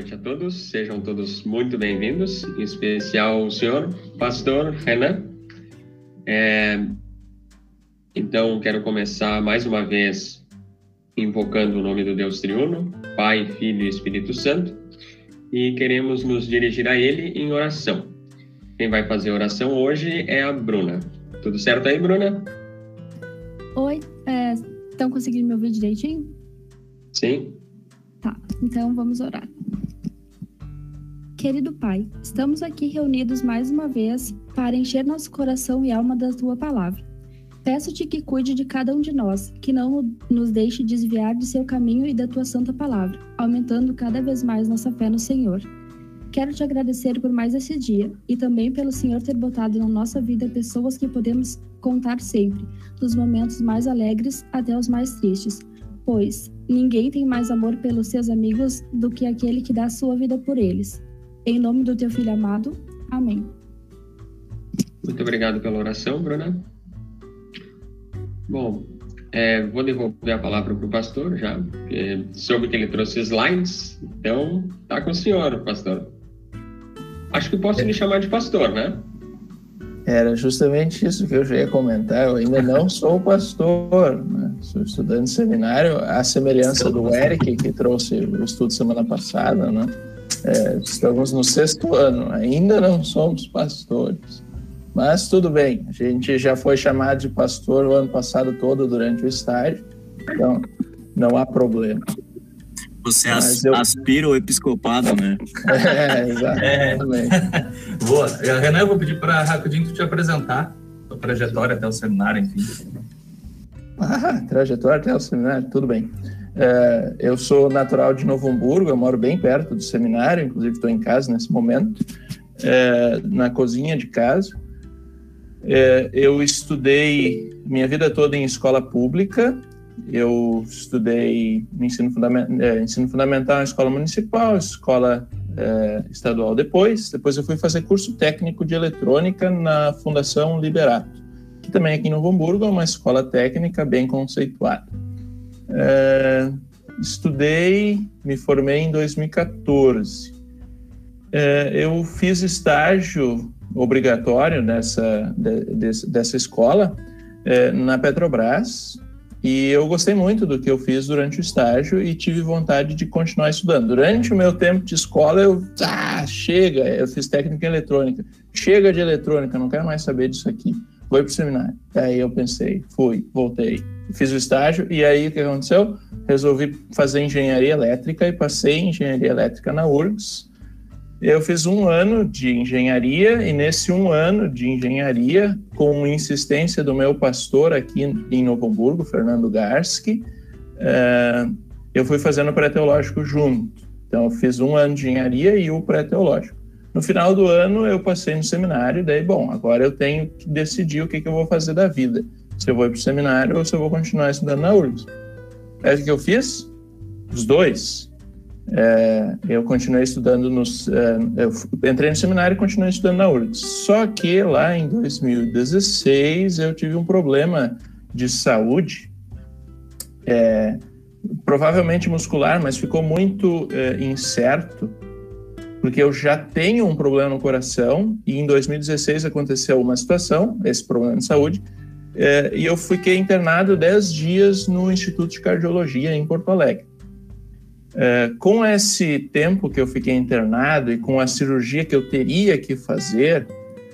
noite a todos, sejam todos muito bem-vindos, em especial o senhor pastor Renan. Então, quero começar mais uma vez invocando o nome do Deus Triuno, Pai, Filho e Espírito Santo, e queremos nos dirigir a Ele em oração. Quem vai fazer a oração hoje é a Bruna. Tudo certo aí, Bruna? Oi, estão conseguindo me ouvir direitinho? Sim. Tá, então vamos orar. Querido Pai, estamos aqui reunidos mais uma vez para encher nosso coração e alma da Tua Palavra. Peço-te que cuide de cada um de nós, que não nos deixe desviar de seu caminho e da Tua Santa Palavra, aumentando cada vez mais nossa fé no Senhor. Quero te agradecer por mais esse dia e também pelo Senhor ter botado na nossa vida pessoas que podemos contar sempre, dos momentos mais alegres até os mais tristes, pois ninguém tem mais amor pelos seus amigos do que aquele que dá a sua vida por eles. Em nome do teu Filho amado. Amém. Muito obrigado pela oração, Bruna. Bom, vou devolver a palavra para o pastor já, porque soube que ele trouxe slides, então tá com o senhor, pastor. Acho que posso me chamar de pastor, né? Era justamente isso que eu já ia comentar. Eu ainda não sou pastor, né? Sou estudante de seminário, à semelhança do Eric, que trouxe o estudo semana passada, né? Estamos no 6º ano, ainda não somos pastores, mas tudo bem, a gente já foi chamado de pastor o ano passado todo durante o estágio, então não há problema. Você aspira o episcopado, né? Exatamente. Boa. Renan, eu vou pedir para rapidinho tu te apresentar, a trajetória até o seminário, enfim. Trajetória até o seminário, tudo bem. Eu sou natural de Novo Hamburgo, eu moro bem perto do seminário, inclusive estou em casa nesse momento, na cozinha de casa. Eu estudei minha vida toda em escola pública. Eu estudei ensino fundamental em escola municipal, escola estadual depois eu fui fazer curso técnico de eletrônica na Fundação Liberato, que também aqui em Novo Hamburgo é uma escola técnica bem conceituada. Estudei, me formei em 2014. Eu fiz estágio obrigatório dessa escola na Petrobras, e eu gostei muito do que eu fiz durante o estágio e tive vontade de continuar estudando. Durante o meu tempo de escola, chega, eu fiz técnica em eletrônica. Chega de eletrônica, não quero mais saber disso aqui. Vou para o seminário. Aí eu pensei, voltei. Fiz o estágio e aí o que aconteceu? Resolvi fazer engenharia elétrica e passei em engenharia elétrica na URGS. Eu fiz 1 ano de engenharia e nesse 1 ano de engenharia, com insistência do meu pastor aqui em Novo Hamburgo, Fernando Garski, eu fui fazendo o pré-teológico junto. Então eu fiz 1 ano de engenharia e o pré-teológico. No final do ano eu passei no seminário e daí, agora eu tenho que decidir o que eu vou fazer da vida. Se eu vou ir para o seminário ou se eu vou continuar estudando na URGS. É o que eu fiz? Os dois. Eu continuei estudando eu entrei no seminário e continuei estudando na URGS. Só que lá em 2016 eu tive um problema de saúde, provavelmente muscular, mas ficou muito incerto, porque eu já tenho um problema no coração e em 2016 aconteceu uma situação, esse problema de saúde, e eu fiquei internado 10 dias no Instituto de Cardiologia em Porto Alegre. Com esse tempo que eu fiquei internado e com a cirurgia que eu teria que fazer,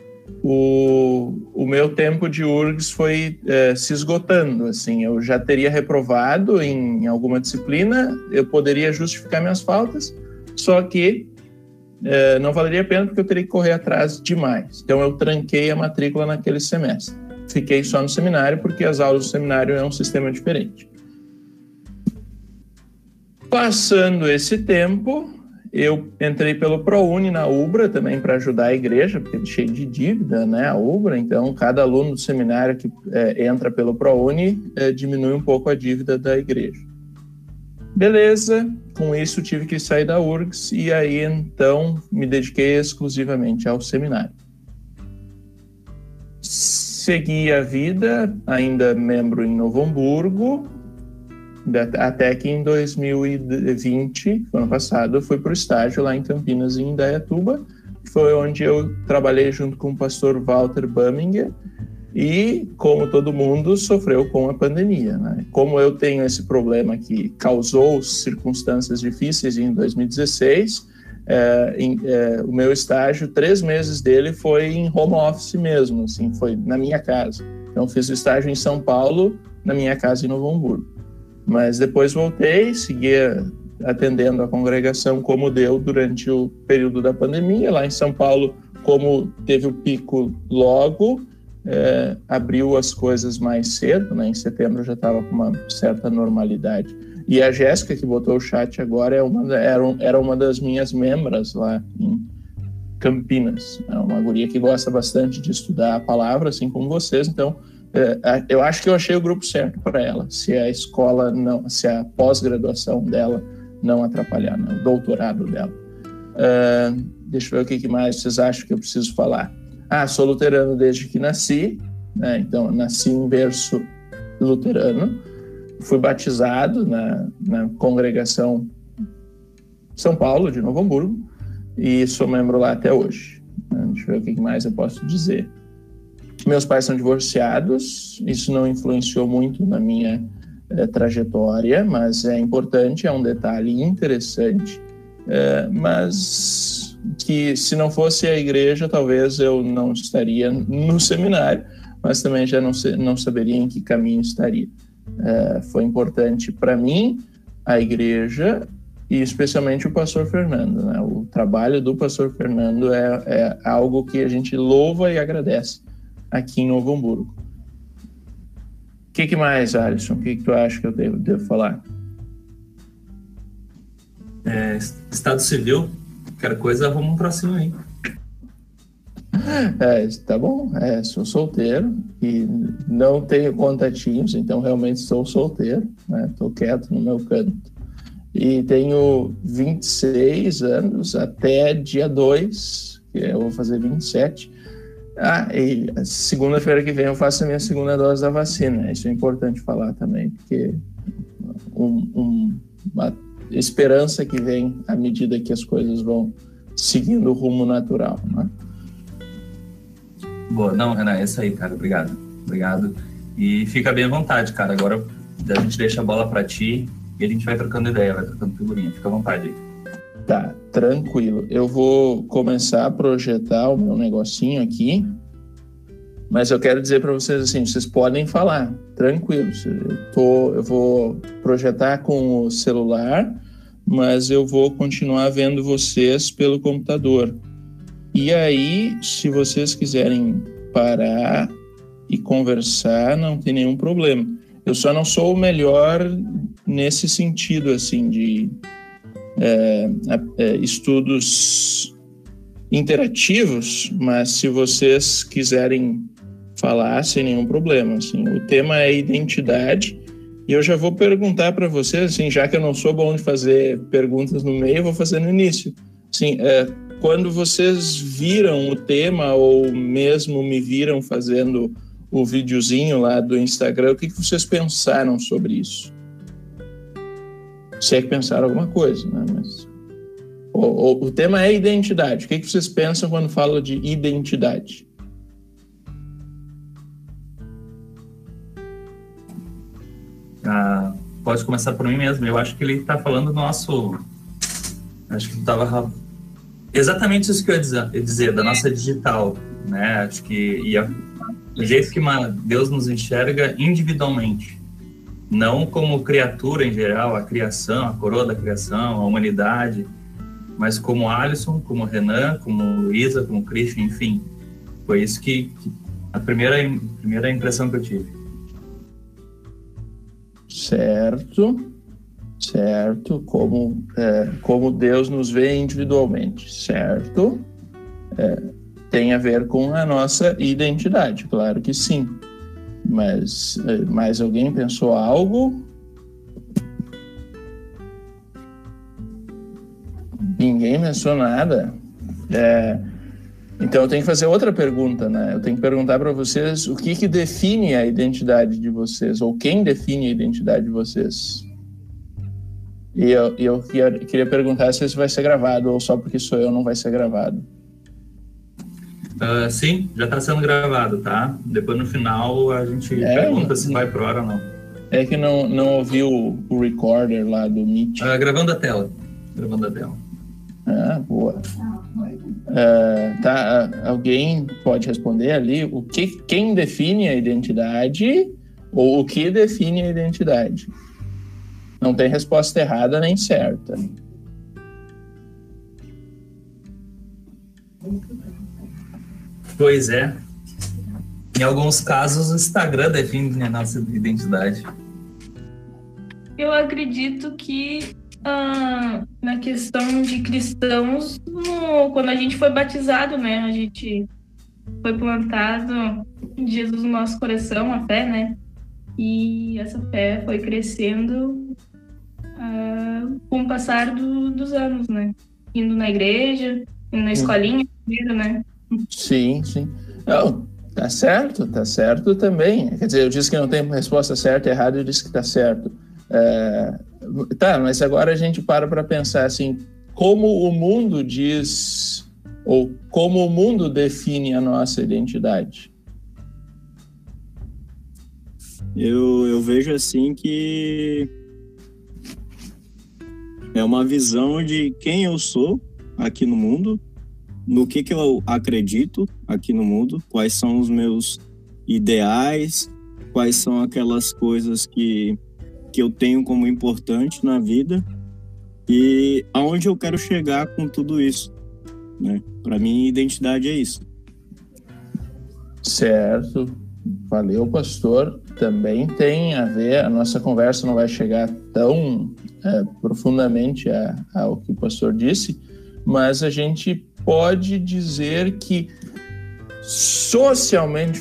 o meu tempo de URGS foi se esgotando. Assim, eu já teria reprovado em alguma disciplina, eu poderia justificar minhas faltas, só que não valeria a pena porque eu teria que correr atrás demais. Então eu tranquei a matrícula naquele semestre. Fiquei só no seminário porque as aulas do seminário é um sistema diferente. Passando esse tempo, eu entrei pelo ProUni na UBRA também para ajudar a igreja, porque é cheio de dívida, né, a UBRA. Então, cada aluno do seminário que entra pelo ProUni diminui um pouco a dívida da igreja. Beleza, com isso tive que sair da URGS e aí então me dediquei exclusivamente ao seminário. Segui a vida, ainda membro em Novo Hamburgo. Até que em 2020, ano passado, eu fui para o estágio lá em Campinas, em Indaiatuba, que foi onde eu trabalhei junto com o pastor Walter Baminger, e, como todo mundo, sofreu com a pandemia, né? Como eu tenho esse problema que causou circunstâncias difíceis em 2016, o meu estágio, 3 meses dele foi em home office mesmo, assim, foi na minha casa. Então, fiz o estágio em São Paulo, na minha casa em Novo Hamburgo. Mas depois voltei, segui atendendo a congregação como deu durante o período da pandemia. Lá em São Paulo, como teve o pico logo, abriu as coisas mais cedo, né? Em setembro já estava com uma certa normalidade. E a Jéssica, que botou o chat agora, era uma das minhas membras lá em Campinas. É uma guria que gosta bastante de estudar a palavra, assim como vocês. Então, eu acho que eu achei o grupo certo para ela. Se a escola não, se a pós-graduação dela não atrapalhar, né? O doutorado dela. Deixa eu ver o que mais vocês acham que eu preciso falar. Sou luterano desde que nasci, né? Então, nasci em berço luterano. Fui batizado na congregação São Paulo, de Novo Hamburgo, e sou membro lá até hoje. Deixa eu ver o que mais eu posso dizer. Meus pais são divorciados, isso não influenciou muito na minha trajetória, mas é importante, é um detalhe interessante, mas que se não fosse a igreja, talvez eu não estaria no seminário, mas também já não saberia em que caminho estaria. Foi importante para mim, a igreja, e especialmente o pastor Fernando, né? O trabalho do pastor Fernando é algo que a gente louva e agradece aqui em Novo Hamburgo. O que mais, Alisson? O que tu acha que eu devo falar? Estado civil, qualquer coisa, vamos pra cima aí. Tá bom, sou solteiro e não tenho contatinhos, então realmente sou solteiro, né? Tô quieto no meu canto. E tenho 26 anos, até dia 2, que eu vou fazer 27. E segunda-feira que vem eu faço a minha segunda dose da vacina. Isso é importante falar também, porque uma esperança que vem à medida que as coisas vão seguindo o rumo natural, né? Boa, não, Renan, é isso aí, cara, obrigado. E fica bem à vontade, cara, agora a gente deixa a bola pra ti e a gente vai trocando ideia, vai trocando figurinha, fica à vontade aí. Tá, tranquilo. Eu vou começar a projetar o meu negocinho aqui, mas eu quero dizer para vocês assim, vocês podem falar, tranquilo. Eu vou projetar com o celular, mas eu vou continuar vendo vocês pelo computador. E aí, se vocês quiserem parar e conversar, não tem nenhum problema. Eu só não sou o melhor nesse sentido, assim, de estudos interativos, mas se vocês quiserem falar, sem nenhum problema. Assim, o tema é identidade, e eu já vou perguntar para vocês, assim, já que eu não sou bom de fazer perguntas no meio, eu vou fazer no início. Assim, quando vocês viram o tema, ou mesmo me viram fazendo o videozinho lá do Instagram, o que vocês pensaram sobre isso? Se é que pensaram alguma coisa, né? Mas o tema é identidade. O que vocês pensam quando falam de identidade? Pode começar por mim mesmo. Eu acho que ele está falando do nosso... Acho que estava... Exatamente isso que eu ia dizer, da nossa digital, né? Acho que o jeito que Deus nos enxerga individualmente, não como criatura em geral, a criação, a coroa da criação, a humanidade, mas como Alisson, como Renan, como Luísa, como Christian, enfim. Foi isso que a primeira impressão que eu tive. Certo, como Deus nos vê individualmente, certo? Tem a ver com a nossa identidade, claro que sim. Mas mais alguém pensou algo? Ninguém pensou nada. Então eu tenho que fazer outra pergunta, né? Eu tenho que perguntar para vocês o que define a identidade de vocês, ou quem define a identidade de vocês. E eu queria perguntar se isso vai ser gravado ou só porque sou eu não vai ser gravado. Sim, já está sendo gravado, tá? Depois no final a gente pergunta se vai pro ar ou não. É que não ouvi o recorder lá do Meet. Gravando a tela. Ah, boa. Alguém pode responder ali quem define a identidade ou o que define a identidade? Não tem resposta errada nem certa. Pois é. Em alguns casos, o Instagram define a nossa identidade. Eu acredito que na questão de cristãos, quando a gente foi batizado, né? A gente foi plantado em Jesus no nosso coração, a fé, né? E essa fé foi crescendo com o passar dos anos, né? Indo na igreja, indo na escolinha, né? Sim. Não, tá certo também. Quer dizer, eu disse que não tem resposta certa e errada, eu disse que tá certo. Mas agora a gente para pensar assim, como o mundo diz, ou como o mundo define a nossa identidade? Eu vejo assim que é uma visão de quem eu sou aqui no mundo, no que eu acredito aqui no mundo, quais são os meus ideais, quais são aquelas coisas que eu tenho como importante na vida e aonde eu quero chegar com tudo isso, né? Para mim, identidade é isso. Certo. Valeu, pastor. Também tem a ver, a nossa conversa não vai chegar tão profundamente ao que o pastor disse, mas a gente pode dizer que sociologicamente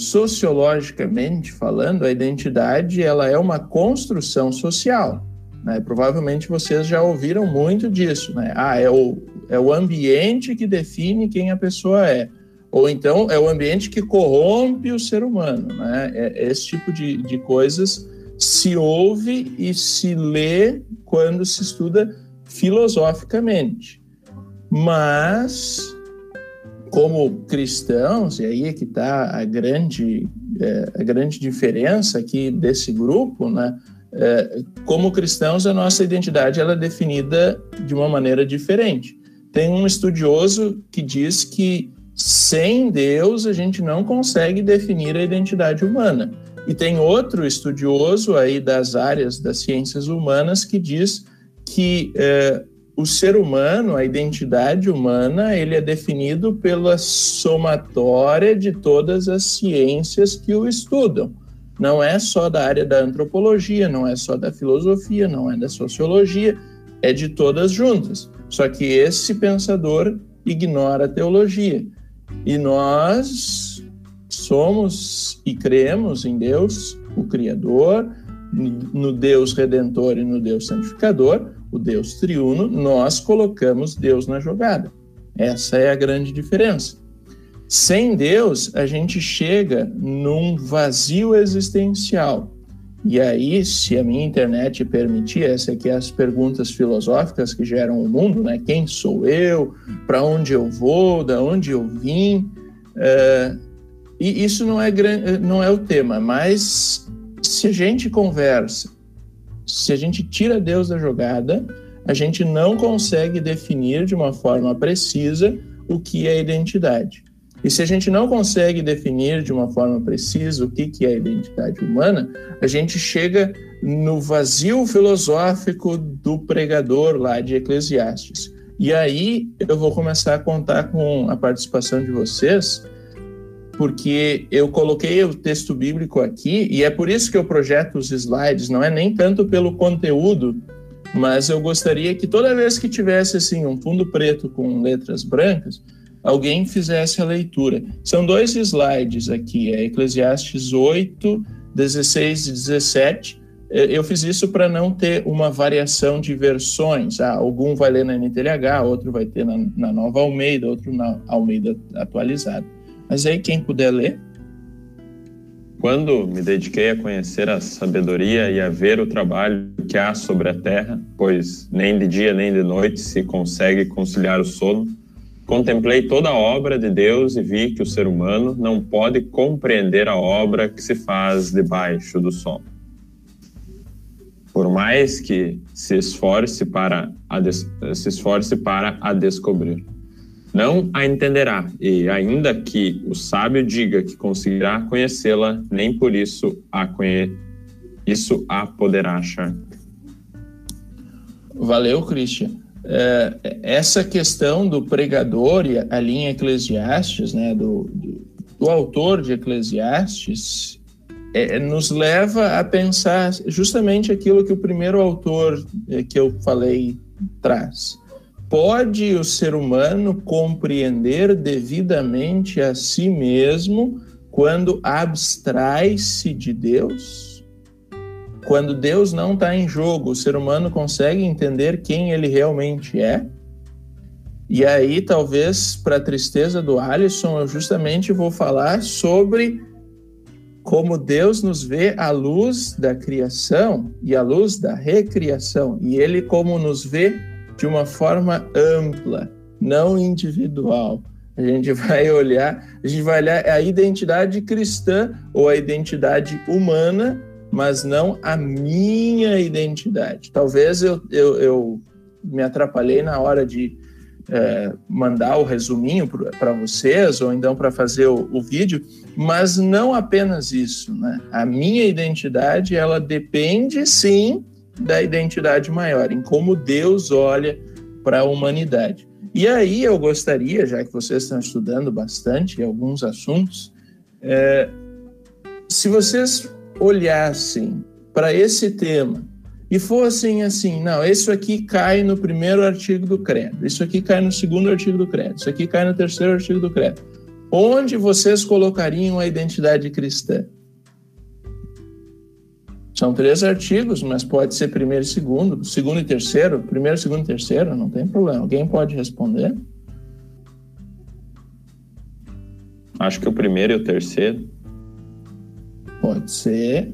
falando, a identidade ela é uma construção social, né? Provavelmente vocês já ouviram muito disso, né? É o ambiente que define quem a pessoa é. Ou então é o ambiente que corrompe o ser humano, né? Esse tipo de coisas se ouve e se lê quando se estuda filosoficamente. Mas, como cristãos, e aí é que está a grande diferença aqui desse grupo, né? Como cristãos, a nossa identidade ela é definida de uma maneira diferente. Tem um estudioso que diz que sem Deus, a gente não consegue definir a identidade humana. E tem outro estudioso aí das áreas das ciências humanas que diz que o ser humano, a identidade humana, ele é definido pela somatória de todas as ciências que o estudam. Não é só da área da antropologia, não é só da filosofia, não é da sociologia, é de todas juntas. Só que esse pensador ignora a teologia. E nós somos e cremos em Deus, o Criador, no Deus Redentor e no Deus Santificador, o Deus Triuno, nós colocamos Deus na jogada. Essa é a grande diferença. Sem Deus, a gente chega num vazio existencial. E aí, se a minha internet permitir, essa aqui é as perguntas filosóficas que geram o mundo, né? Quem sou eu? Para onde eu vou? Da onde eu vim? E isso não é o tema, mas se a gente conversa, se a gente tira Deus da jogada, a gente não consegue definir de uma forma precisa o que é identidade. E se a gente não consegue definir de uma forma precisa o que é a identidade humana, a gente chega no vazio filosófico do pregador lá de Eclesiastes. E aí eu vou começar a contar com a participação de vocês, porque eu coloquei o texto bíblico aqui, e é por isso que eu projeto os slides, não é nem tanto pelo conteúdo, mas eu gostaria que toda vez que tivesse assim, um fundo preto com letras brancas, alguém fizesse a leitura. São 2 slides aqui, é Eclesiastes 8, 16 e 17. Eu fiz isso para não ter uma variação de versões. Algum vai ler na NTLH, outro vai ter na Nova Almeida, outro na Almeida atualizada. Mas aí quem puder ler. Quando me dediquei a conhecer a sabedoria e a ver o trabalho que há sobre a terra, pois nem de dia nem de noite se consegue conciliar o sono, contemplei toda a obra de Deus e vi que o ser humano não pode compreender a obra que se faz debaixo do sol. Por mais que se esforce para a descobrir, não a entenderá, e ainda que o sábio diga que conseguirá conhecê-la, nem por isso a poderá achar. Valeu, Christian. Essa questão do pregador e ali em Eclesiastes, né, do autor de Eclesiastes, nos leva a pensar justamente aquilo que o primeiro autor que eu falei traz. Pode o ser humano compreender devidamente a si mesmo quando abstrai-se de Deus? Quando Deus não está em jogo, o ser humano consegue entender quem ele realmente é? E aí, talvez, para a tristeza do Alisson, eu justamente vou falar sobre como Deus nos vê à luz da criação e à luz da recriação. E Ele como nos vê de uma forma ampla, não individual. A gente vai olhar a identidade cristã ou a identidade humana, mas não a minha identidade. Talvez eu me atrapalhei na hora de mandar o resuminho para vocês, ou então para fazer o vídeo, mas não apenas isso, né? A minha identidade, ela depende, sim, da identidade maior, em como Deus olha para a humanidade. E aí eu gostaria, já que vocês estão estudando bastante alguns assuntos, se vocês olhassem para esse tema e fossem assim, não, isso aqui cai no primeiro artigo do credo, isso aqui cai no segundo artigo do credo, isso aqui cai no terceiro artigo do credo, onde vocês colocariam a identidade cristã? São 3 artigos, mas pode ser primeiro e segundo, segundo e terceiro, primeiro, segundo e terceiro, não tem problema. Alguém pode responder? Acho que o primeiro e o terceiro. Pode ser.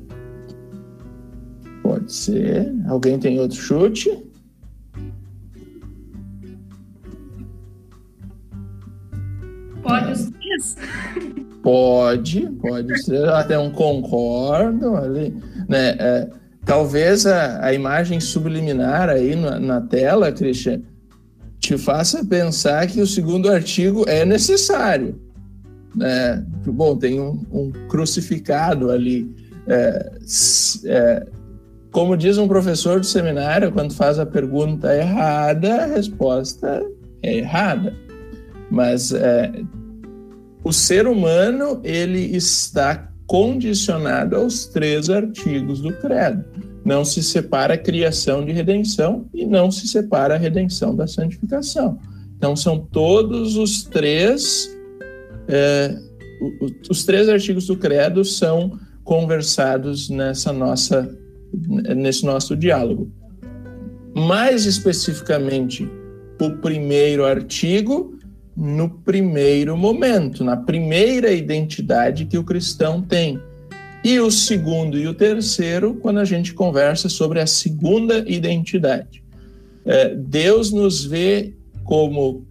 Pode ser. Alguém tem outro chute? Pode os 3? Pode ser. Até um concordo ali. Né? Talvez a imagem subliminar aí na tela, Christian, te faça pensar que o segundo artigo é necessário. Né? Bom, tem um crucificado ali. Como diz um professor do seminário, quando faz a pergunta errada, a resposta é errada. Mas o ser humano, ele está condicionado aos 3 artigos do credo. Não se separa a criação de redenção e não se separa a redenção da santificação. Então, são todos os 3... os 3 artigos do credo são conversados nesse nosso diálogo. Mais especificamente, o primeiro artigo no primeiro momento, na primeira identidade que o cristão tem. E o segundo e o terceiro, quando a gente conversa sobre a segunda identidade. Deus nos vê como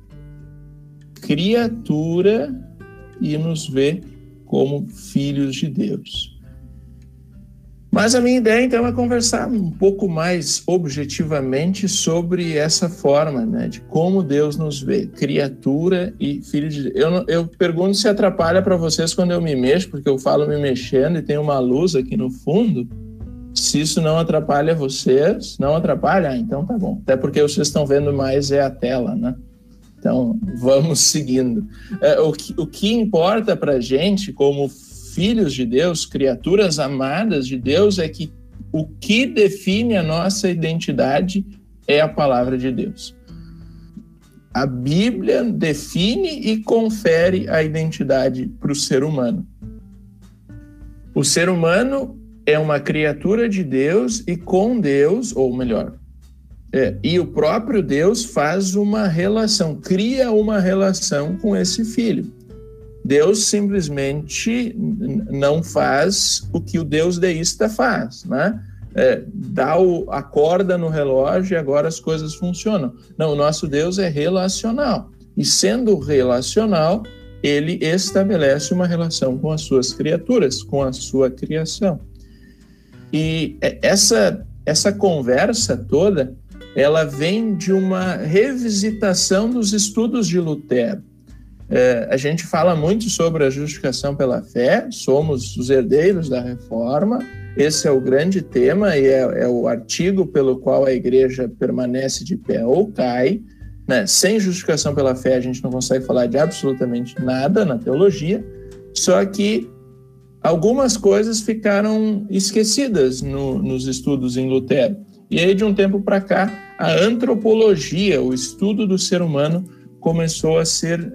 criatura e nos vê como filhos de Deus. Mas a minha ideia, então, é conversar um pouco mais objetivamente sobre essa forma, né, de como Deus nos vê, criatura e filho de Deus. Eu pergunto se atrapalha para vocês quando eu me mexo, porque eu falo me mexendo e tem uma luz aqui no fundo. Se isso não atrapalha vocês, não atrapalha? Então tá bom. Até porque vocês estão vendo mais a tela, né? Então, vamos seguindo. O que importa para a gente, como filhos de Deus, criaturas amadas de Deus, é que o que define a nossa identidade é a palavra de Deus. A Bíblia define e confere a identidade para o ser humano. O ser humano é uma criatura de Deus e com Deus, ou melhor, e o próprio Deus faz uma relação, cria uma relação com esse filho. Deus simplesmente não faz o que o Deus deísta faz, né? Dá a corda no relógio e agora as coisas funcionam. Não, o nosso Deus é relacional. E sendo relacional, ele estabelece uma relação com as suas criaturas, com a sua criação. E essa conversa toda, ela vem de uma revisitação dos estudos de Lutero. A gente fala muito sobre a justificação pela fé, somos os herdeiros da Reforma, esse é o grande tema e é o artigo pelo qual a igreja permanece de pé ou cai, né? Sem justificação pela fé a gente não consegue falar de absolutamente nada na teologia, só que algumas coisas ficaram esquecidas nos estudos em Lutero. E aí, de um tempo para cá, a antropologia, o estudo do ser humano, começou a ser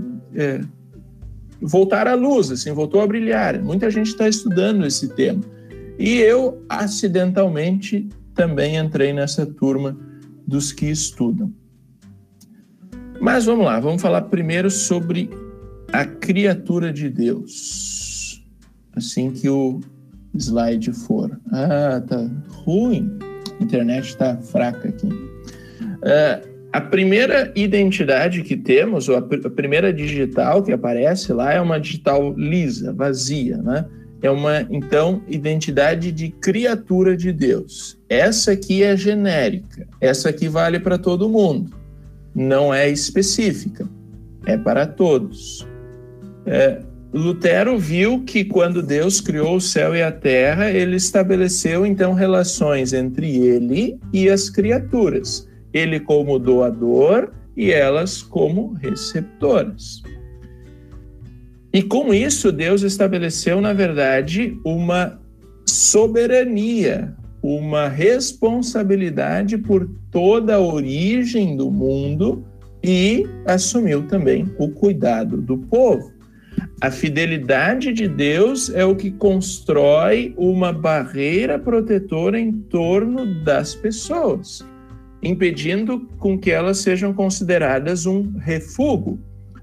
voltar à luz, assim, voltou a brilhar. Muita gente está estudando esse tema. E eu, acidentalmente, também entrei nessa turma dos que estudam. Mas vamos lá, vamos falar primeiro sobre a criatura de Deus. Assim que o slide for. Tá ruim. A internet está fraca aqui. A primeira identidade que temos, ou a primeira digital que aparece lá, é uma digital lisa, vazia, né? É uma, então, identidade de criatura de Deus. Essa aqui é genérica, essa aqui vale para todo mundo. Não é específica, é para todos. Lutero viu que quando Deus criou o céu e a terra, ele estabeleceu, então, relações entre ele e as criaturas. Ele como doador e elas como receptoras. E com isso, Deus estabeleceu, na verdade, uma soberania, uma responsabilidade por toda a origem do mundo e assumiu também o cuidado do povo. A fidelidade de Deus é o que constrói uma barreira protetora em torno das pessoas, impedindo com que elas sejam consideradas um refúgio.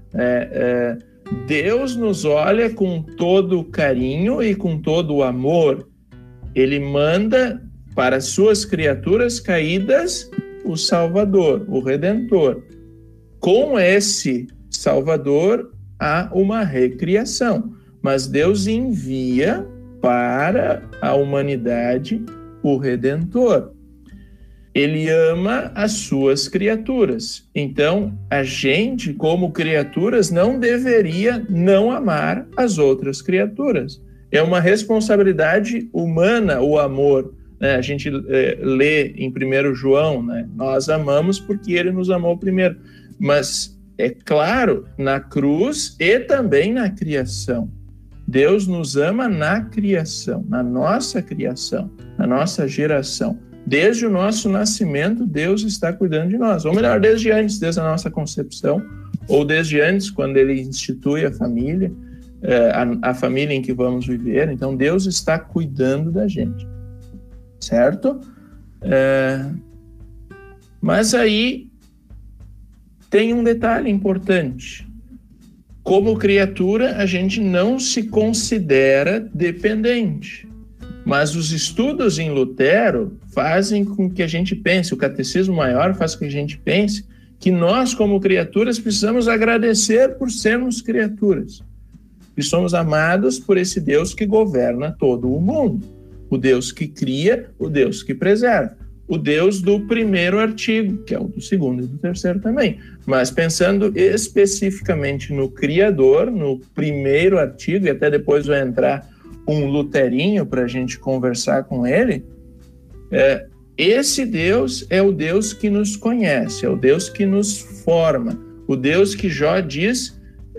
Deus nos olha com todo o carinho e com todo o amor. Ele manda para suas criaturas caídas o Salvador, o Redentor. Com esse Salvador há uma recriação, mas Deus envia para a humanidade o Redentor. Ele ama as suas criaturas. Então, a gente, como criaturas, não deveria não amar as outras criaturas. É uma responsabilidade humana o amor. Né? A gente lê em 1 João, né? Nós amamos porque ele nos amou primeiro. Mas, é claro, na cruz e também na criação. Deus nos ama na criação, na nossa geração. Desde o nosso nascimento, Deus está cuidando de nós. Ou melhor, desde antes, desde a nossa concepção, ou desde antes, quando ele institui a família, a família em que vamos viver. Então, Deus está cuidando da gente, certo? Mas aí tem um detalhe importante. Como criatura, a gente não se considera dependente. Mas os estudos em Lutero fazem com que a gente pense, o catecismo maior faz com que a gente pense que nós, como criaturas, precisamos agradecer por sermos criaturas. E somos amados por esse Deus que governa todo o mundo. O Deus que cria, o Deus que preserva. O Deus do primeiro artigo, que é o do segundo e do terceiro também. Mas pensando especificamente no Criador, no primeiro artigo, e até depois vai entrar um luterinho para a gente conversar com ele, esse Deus é o Deus que nos conhece, é o Deus que nos forma, o Deus que Jó diz,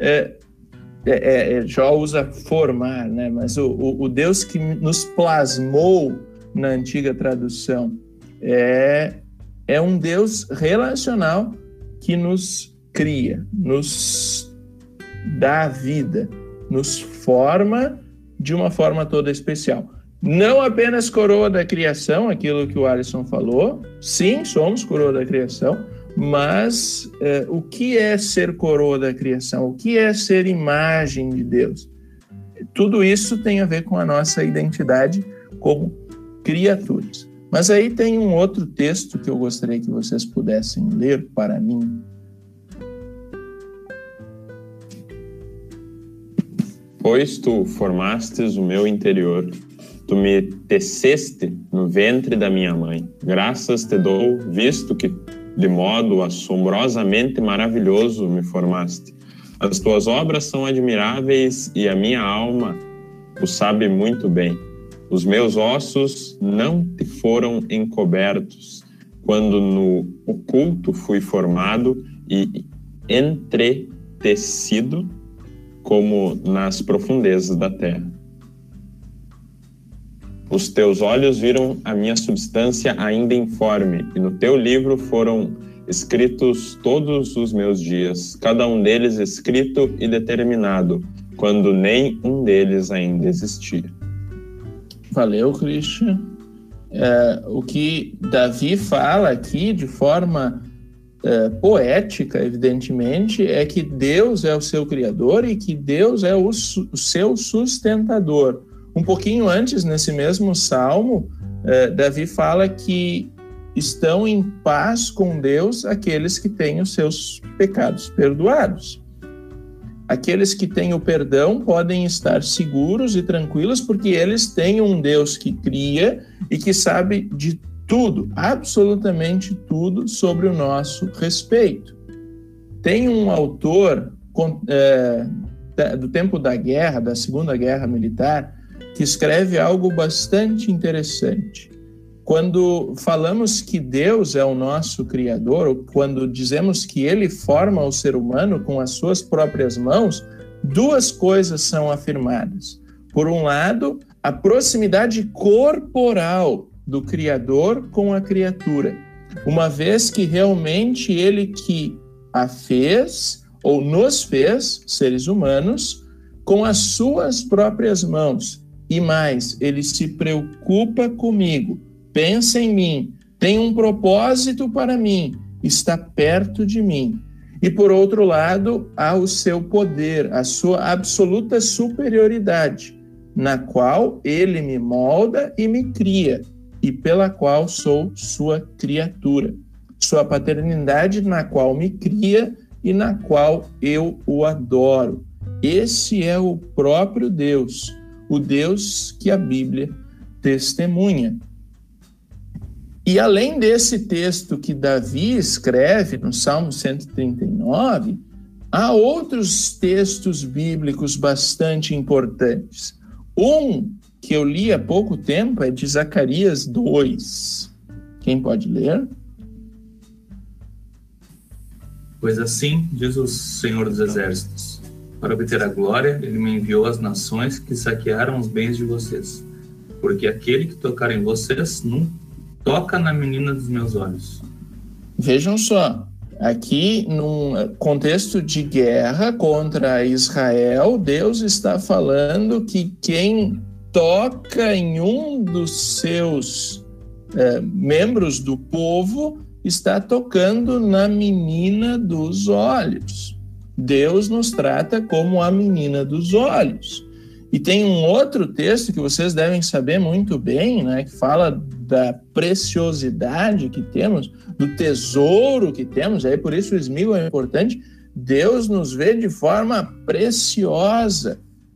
Jó usa formar, né? Mas o Deus que nos plasmou na antiga tradução é um Deus relacional que nos cria, nos dá vida, nos forma de uma forma toda especial. Não apenas coroa da criação, aquilo que o Alisson falou, sim, somos coroa da criação, mas o que é ser coroa da criação? O que é ser imagem de Deus? Tudo isso tem a ver com a nossa identidade como criaturas. Mas aí tem um outro texto que eu gostaria que vocês pudessem ler para mim. Pois tu formastes o meu interior, tu me teceste no ventre da minha mãe. Graças te dou, visto que de modo assombrosamente maravilhoso me formaste. As tuas obras são admiráveis e a minha alma o sabe muito bem. Os meus ossos não te foram encobertos, quando no oculto fui formado e entretecido como nas profundezas da terra. Os teus olhos viram a minha substância ainda informe, e no teu livro foram escritos todos os meus dias, cada um deles escrito e determinado, quando nem um deles ainda existia. Valeu, Christian. O que Davi fala aqui de forma poética, evidentemente, é que Deus é o seu criador e que Deus é o seu sustentador. Um pouquinho antes, nesse mesmo salmo, Davi fala que estão em paz com Deus aqueles que têm os seus pecados perdoados. Aqueles que têm o perdão podem estar seguros e tranquilos porque eles têm um Deus que cria e que sabe de tudo, absolutamente tudo sobre o nosso respeito. Tem um autor do tempo da guerra, da Segunda Guerra Militar, que escreve algo bastante interessante. Quando falamos que Deus é o nosso Criador, ou quando dizemos que Ele forma o ser humano com as suas próprias mãos, duas coisas são afirmadas. Por um lado, a proximidade corporal do Criador com a criatura, uma vez que realmente Ele que a fez, ou nos fez, seres humanos, com as suas próprias mãos. E mais, Ele se preocupa comigo, pensa em mim, tem um propósito para mim, está perto de mim. E, por outro lado, há o seu poder, a sua absoluta superioridade, na qual Ele me molda e me cria, e pela qual sou sua criatura. Sua paternidade na qual me cria e na qual eu o adoro. Esse é o próprio Deus, o Deus que a Bíblia testemunha. E além desse texto que Davi escreve no Salmo 139, há outros textos bíblicos bastante importantes. Um que eu li há pouco tempo é de Zacarias 2. Quem pode ler? Pois assim diz o Senhor dos Exércitos: para obter a glória, Ele me enviou às nações que saquearam os bens de vocês, porque aquele que tocar em vocês não toca na menina dos meus olhos. Vejam só, aqui num contexto de guerra contra Israel, Deus está falando que quem toca em um dos seus membros do povo está tocando na menina dos olhos. Deus nos trata como a menina dos olhos. E tem um outro texto que vocês devem saber muito bem, né, que fala da preciosidade que temos, do tesouro que temos. Aí por isso o Smigol é importante. Deus nos vê de forma preciosa.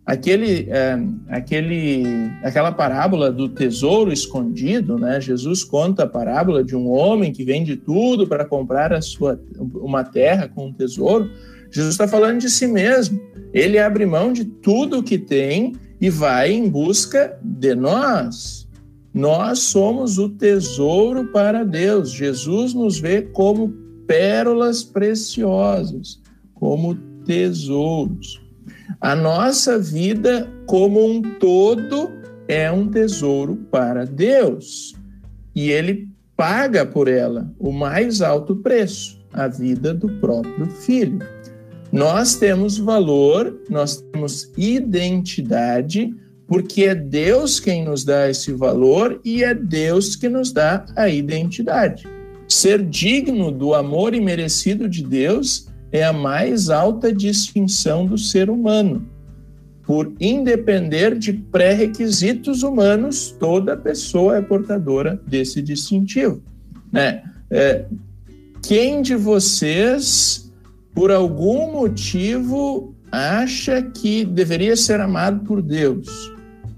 Aquela parábola do tesouro escondido, né? Jesus conta a parábola de um homem que vende tudo para comprar uma terra com um tesouro. Jesus está falando de si mesmo. Ele abre mão de tudo o que tem e vai em busca de nós. Nós somos o tesouro para Deus. Jesus nos vê como pérolas preciosas, como tesouros. A nossa vida como um todo é um tesouro para Deus. E Ele paga por ela o mais alto preço, a vida do próprio Filho. Nós temos valor, nós temos identidade, porque é Deus quem nos dá esse valor e é Deus que nos dá a identidade. Ser digno do amor imerecido de Deus é a mais alta distinção do ser humano. Por independer de pré-requisitos humanos, toda pessoa é portadora desse distintivo, né? Quem de vocês, por algum motivo, acha que deveria ser amado por Deus?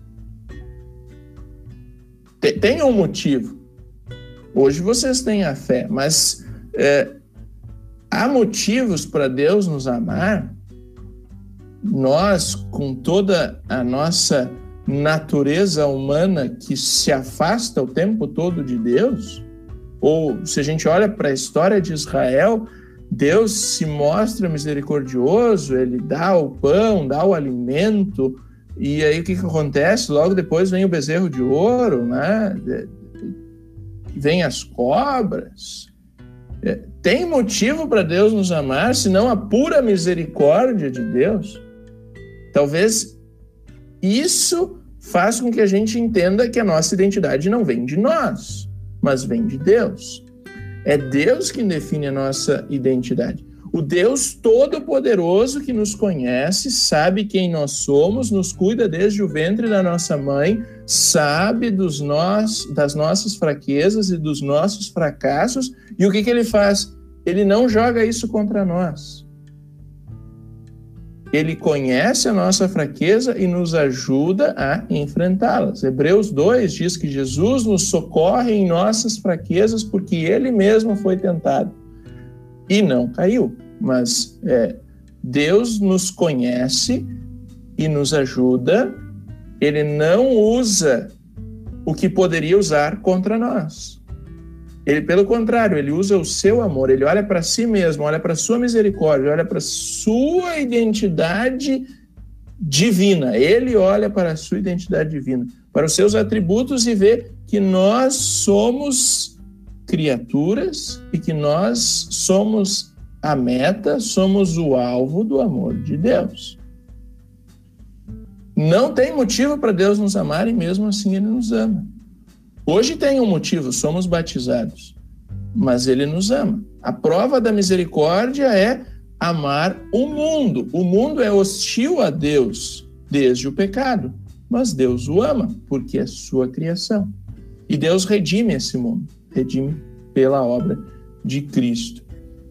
Tem um motivo. Hoje vocês têm a fé, mas há motivos para Deus nos amar. Nós, com toda a nossa natureza humana que se afasta o tempo todo de Deus, ou se a gente olha para a história de Israel, Deus se mostra misericordioso, ele dá o pão, dá o alimento, e aí o que acontece? Logo depois vem o bezerro de ouro, né? Vem as cobras. Tem motivo para Deus nos amar, senão a pura misericórdia de Deus? Talvez isso faça com que a gente entenda que a nossa identidade não vem de nós, mas vem de Deus. É Deus quem define a nossa identidade. O Deus Todo-Poderoso que nos conhece, sabe quem nós somos, nos cuida desde o ventre da nossa mãe, sabe das nossas fraquezas e dos nossos fracassos. E o que ele faz? Ele não joga isso contra nós. Ele conhece a nossa fraqueza e nos ajuda a enfrentá-las. Hebreus 2 diz que Jesus nos socorre em nossas fraquezas porque ele mesmo foi tentado e não caiu. Mas Deus nos conhece e nos ajuda. Ele não usa o que poderia usar contra nós. Ele, pelo contrário, ele usa o seu amor, ele olha para si mesmo, olha para a sua misericórdia, olha para a sua identidade divina. Ele olha para a sua identidade divina, para os seus atributos e vê que nós somos criaturas e que nós somos a meta, somos o alvo do amor de Deus. Não tem motivo para Deus nos amar e mesmo assim ele nos ama. Hoje tem um motivo, somos batizados, mas ele nos ama. A prova da misericórdia é amar o mundo. O mundo é hostil a Deus desde o pecado, mas Deus o ama porque é sua criação. E Deus redime esse mundo, redime pela obra de Cristo.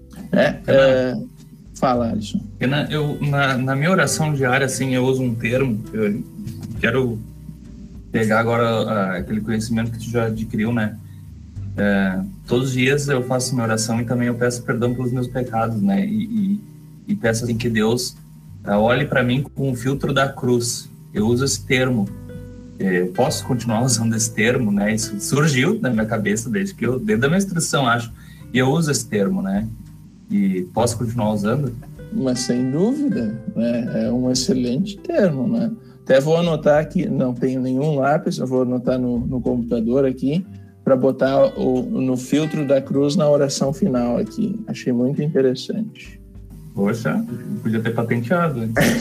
Fala, Alisson. Na minha oração diária, assim, eu uso um termo, eu quero pegar agora aquele conhecimento que tu já adquiriu, né? Todos os dias eu faço minha oração e também eu peço perdão pelos meus pecados, né? E peço assim que Deus olhe para mim com o filtro da cruz. Eu uso esse termo. Eu posso continuar usando esse termo, né? Isso surgiu na minha cabeça desde a minha instrução, acho. E eu uso esse termo, né? E posso continuar usando? Mas sem dúvida, né? É um excelente termo, né? Até vou anotar aqui, não tenho nenhum lápis, eu vou anotar no computador aqui para botar no filtro da cruz na oração final aqui. Achei muito interessante. Poxa, podia ter patenteado.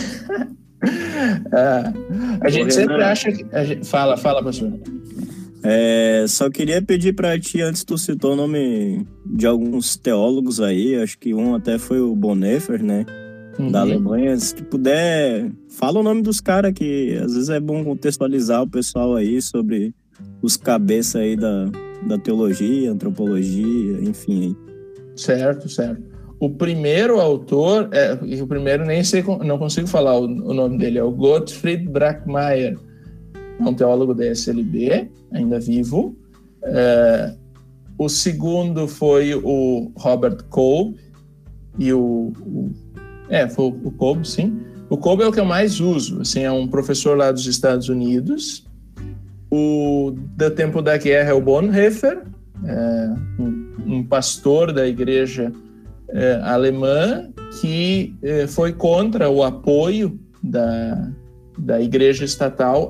A gente sempre acha que... Fala, pastor. Só queria pedir para ti, antes tu citou o nome de alguns teólogos aí, acho que um até foi o Bonhoeffer, né? Da Alemanha. Se puder, fala o nome dos caras, que às vezes é bom contextualizar o pessoal aí sobre os cabeças aí da teologia, antropologia, enfim. Certo. O primeiro autor, o primeiro nem sei, não consigo falar o nome dele, é o Gottfried Brackmeier. É um teólogo da SLB, ainda vivo. O segundo foi o Robert Kolb, e foi o Kolb, sim. O Kolb é o que eu mais uso, assim, é um professor lá dos Estados Unidos. O do tempo da guerra é o Bonhoeffer, um pastor da igreja alemã que foi contra o apoio da igreja estatal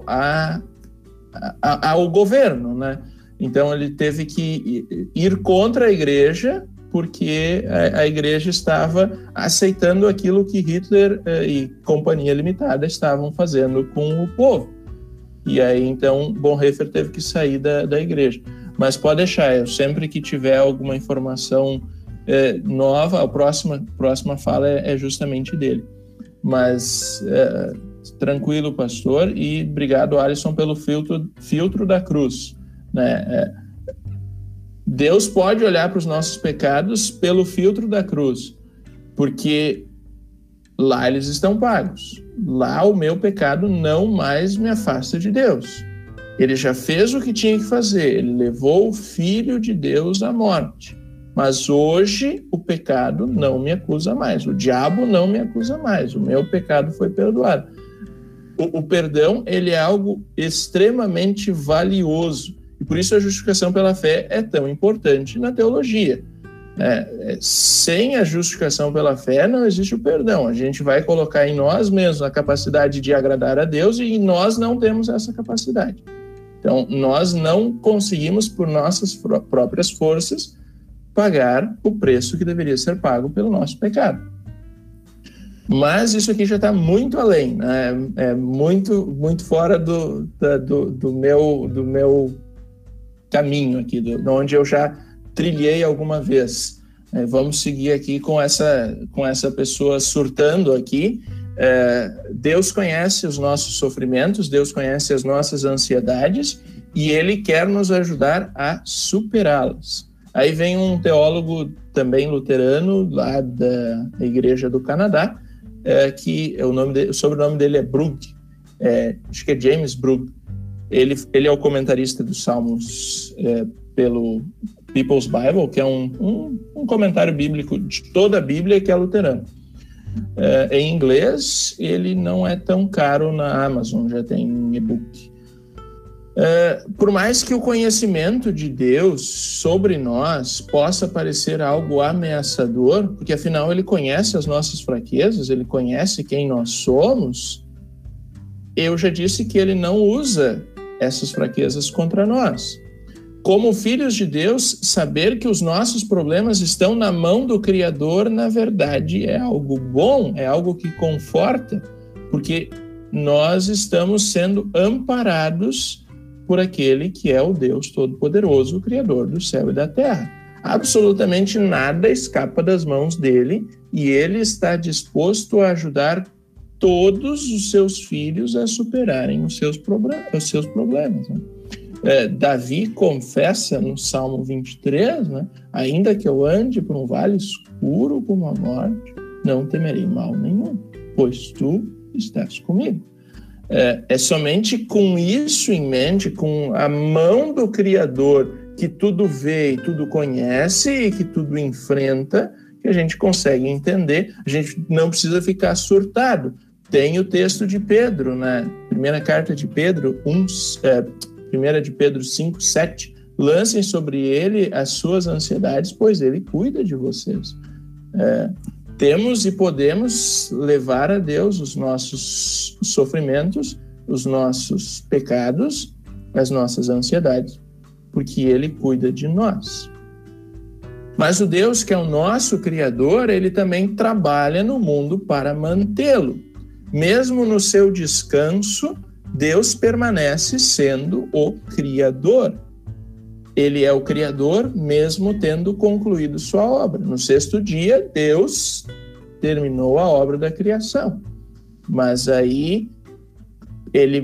ao governo, né? Então ele teve que ir contra a igreja porque a igreja estava aceitando aquilo que Hitler e Companhia Limitada estavam fazendo com o povo. E aí, então, Bonhoeffer teve que sair da igreja. Mas pode deixar, eu sempre que tiver alguma informação nova, a próxima fala é justamente dele. Mas tranquilo, pastor, e obrigado, Alisson, pelo filtro da cruz, né? Deus pode olhar para os nossos pecados pelo filtro da cruz, porque lá eles estão pagos. Lá o meu pecado não mais me afasta de Deus. Ele já fez o que tinha que fazer, ele levou o Filho de Deus à morte. Mas hoje o pecado não me acusa mais, o diabo não me acusa mais, o meu pecado foi perdoado. O perdão, ele é algo extremamente valioso, e por isso a justificação pela fé é tão importante na teologia. Sem a justificação pela fé não existe o perdão. A gente vai colocar em nós mesmos a capacidade de agradar a Deus e nós não temos essa capacidade. Então, nós não conseguimos, por nossas próprias forças, pagar o preço que deveria ser pago pelo nosso pecado. Mas isso aqui já está muito além, né? É muito, muito fora do meu caminho aqui, de onde eu já trilhei alguma vez. Vamos seguir aqui com essa pessoa surtando aqui. Deus conhece os nossos sofrimentos, Deus conhece as nossas ansiedades e Ele quer nos ajudar a superá-las. Aí vem um teólogo também luterano lá da Igreja do Canadá, que o sobrenome dele é Brugg, acho que é James Brugg. Ele é o comentarista dos Salmos pelo People's Bible, que é um comentário bíblico de toda a Bíblia que é luterano. Em inglês, ele não é tão caro na Amazon, já tem e-book. Por mais que o conhecimento de Deus sobre nós possa parecer algo ameaçador, porque afinal ele conhece as nossas fraquezas, ele conhece quem nós somos, eu já disse que ele não usa essas fraquezas contra nós. Como filhos de Deus, saber que os nossos problemas estão na mão do Criador, na verdade, é algo bom, é algo que conforta, porque nós estamos sendo amparados por aquele que é o Deus Todo-Poderoso, o Criador do céu e da terra. Absolutamente nada escapa das mãos dele e ele está disposto a ajudar todos os seus filhos a superarem os seus problemas. Né? Davi confessa no Salmo 23, né? Ainda que eu ande por um vale escuro como a morte, não temerei mal nenhum, pois tu estás comigo. É somente com isso em mente, com a mão do Criador que tudo vê e tudo conhece e que tudo enfrenta, que a gente consegue entender. A gente não precisa ficar surtado. Tem o texto de Pedro, né? Primeira carta de Pedro, 1 de Pedro 5, 7. Lancem sobre ele as suas ansiedades, pois ele cuida de vocês. Temos e podemos levar a Deus os nossos sofrimentos, os nossos pecados, as nossas ansiedades, porque Ele cuida de nós. Mas o Deus que é o nosso Criador, Ele também trabalha no mundo para mantê-lo. Mesmo no seu descanso, Deus permanece sendo o Criador. Ele é o Criador, mesmo tendo concluído sua obra. No sexto dia, Deus terminou a obra da criação. Mas aí, ele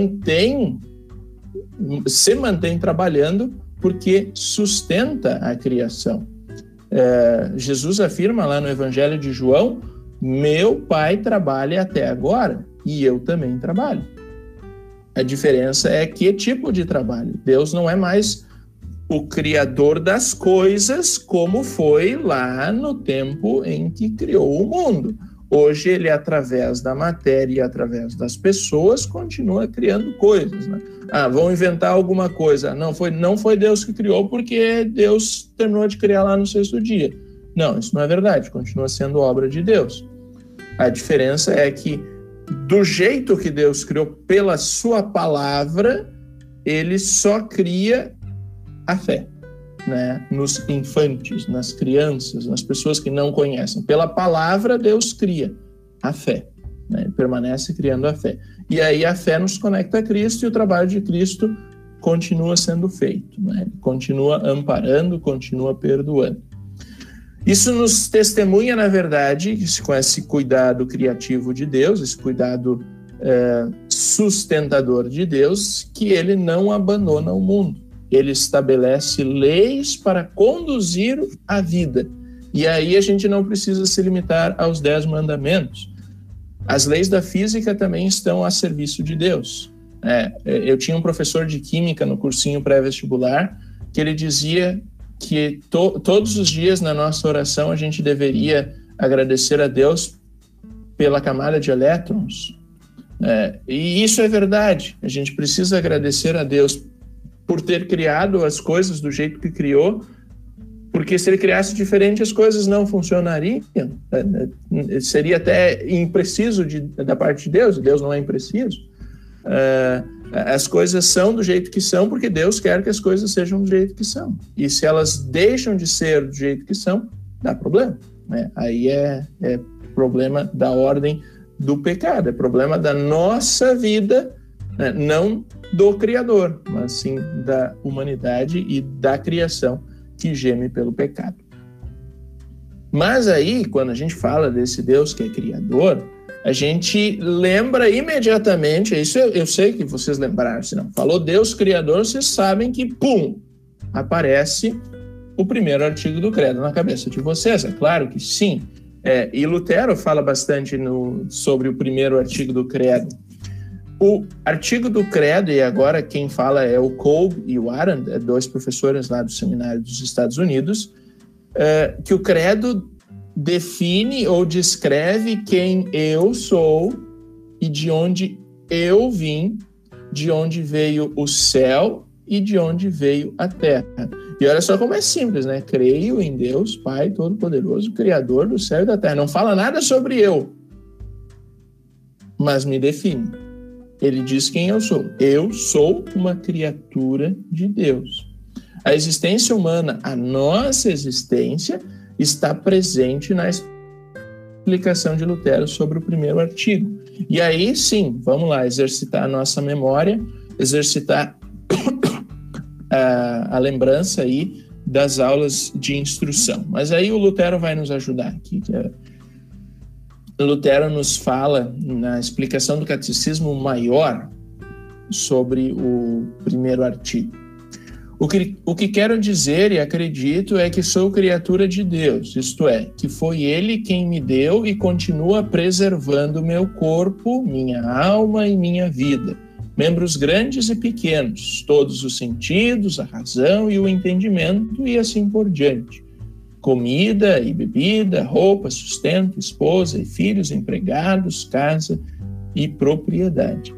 se mantém trabalhando porque sustenta a criação. Jesus afirma lá no Evangelho de João, meu Pai trabalha até agora e eu também trabalho. A diferença é que tipo de trabalho. Deus não é mais o criador das coisas, como foi lá no tempo em que criou o mundo. Hoje ele, através da matéria e através das pessoas, continua criando coisas, né? Vão inventar alguma coisa. Não foi Deus que criou porque Deus terminou de criar lá no sexto dia. Não, isso não é verdade. Continua sendo obra de Deus. A diferença é que, do jeito que Deus criou, pela sua palavra, ele só cria a fé, né? Nos infantes, nas crianças, nas pessoas que não conhecem. Pela palavra, Deus cria a fé, né? Permanece criando a fé. E aí a fé nos conecta a Cristo e o trabalho de Cristo continua sendo feito, né? Ele continua amparando, continua perdoando. Isso nos testemunha, na verdade, com esse cuidado criativo de Deus, esse cuidado sustentador de Deus, que ele não abandona o mundo. Ele estabelece leis para conduzir a vida. E aí a gente não precisa se limitar aos 10 mandamentos. As leis da física também estão a serviço de Deus. Eu tinha um professor de química no cursinho pré-vestibular que ele dizia que todos os dias na nossa oração a gente deveria agradecer a Deus pela camada de elétrons. E isso é verdade. A gente precisa agradecer a Deus por ter criado as coisas do jeito que criou, porque se ele criasse diferente, as coisas não funcionariam. Seria até impreciso da parte de Deus. Deus não é impreciso. As coisas são do jeito que são porque Deus quer que as coisas sejam do jeito que são. E se elas deixam de ser do jeito que são, dá problema, né? Aí é problema da ordem do pecado, é problema da nossa vida, né? Não do Criador, mas sim da humanidade e da criação que geme pelo pecado. Mas aí, quando a gente fala desse Deus que é Criador, a gente lembra imediatamente, isso eu sei que vocês lembraram, se não falou Deus Criador, vocês sabem que, pum, aparece o primeiro artigo do credo na cabeça de vocês, é claro que sim. E Lutero fala bastante sobre o primeiro artigo do credo. O artigo do credo, e agora quem fala é o Kolbe e o Arendt, 2 professores lá do seminário dos Estados Unidos, que o credo define ou descreve quem eu sou e de onde eu vim, de onde veio o céu e de onde veio a terra. E olha só como é simples, né? Creio em Deus, Pai Todo-Poderoso, Criador do céu e da terra. Não fala nada sobre eu, mas me define. Ele diz quem eu sou. Eu sou uma criatura de Deus. A existência humana, a nossa existência, está presente na explicação de Lutero sobre o primeiro artigo. E aí, sim, vamos lá, exercitar a nossa memória, exercitar a lembrança aí das aulas de instrução. Mas aí o Lutero vai nos ajudar aqui. Lutero nos fala, na explicação do Catecismo Maior, sobre o primeiro artigo. O que quero dizer e acredito é que sou criatura de Deus, isto é, que foi Ele quem me deu e continua preservando meu corpo, minha alma e minha vida, membros grandes e pequenos, todos os sentidos, a razão e o entendimento e assim por diante. Comida e bebida, roupa, sustento, esposa e filhos, empregados, casa e propriedade.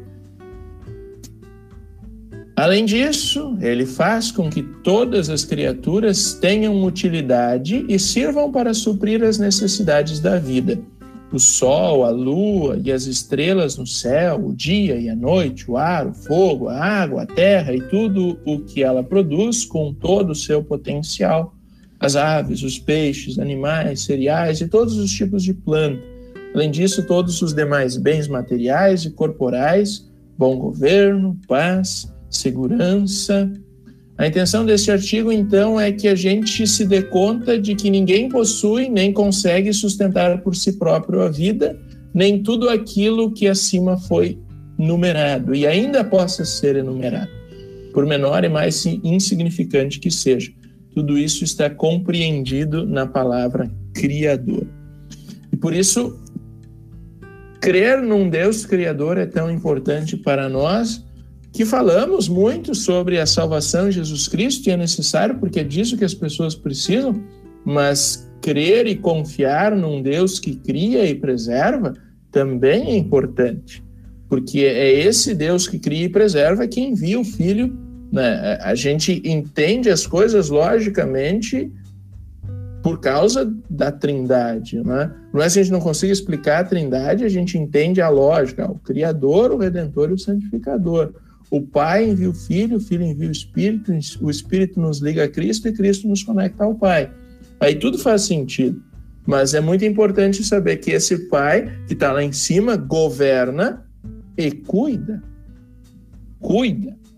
Além disso, ele faz com que todas as criaturas tenham utilidade e sirvam para suprir as necessidades da vida. O sol, a lua e as estrelas no céu, o dia e a noite, o ar, o fogo, a água, a terra e tudo o que ela produz com todo o seu potencial. As aves, os peixes, animais, cereais e todos os tipos de planta. Além disso, todos os demais bens materiais e corporais, bom governo, paz, segurança. A intenção deste artigo, então, é que a gente se dê conta de que ninguém possui nem consegue sustentar por si próprio a vida, nem tudo aquilo que acima foi numerado e ainda possa ser enumerado, por menor e mais insignificante que seja. Tudo isso está compreendido na palavra Criador. E por isso, crer num Deus Criador é tão importante para nós, que falamos muito sobre a salvação em Jesus Cristo, e é necessário porque é disso que as pessoas precisam, mas crer e confiar num Deus que cria e preserva também é importante, porque é esse Deus que cria e preserva que envia o Filho, né? A gente entende as coisas logicamente por causa da Trindade, né? Não é se a gente não consiga explicar a Trindade, a gente entende a lógica, o Criador, o Redentor e o Santificador. O Pai envia o Filho envia o Espírito nos liga a Cristo e Cristo nos conecta ao Pai. Aí tudo faz sentido, mas é muito importante saber que esse Pai que está lá em cima governa e cuida.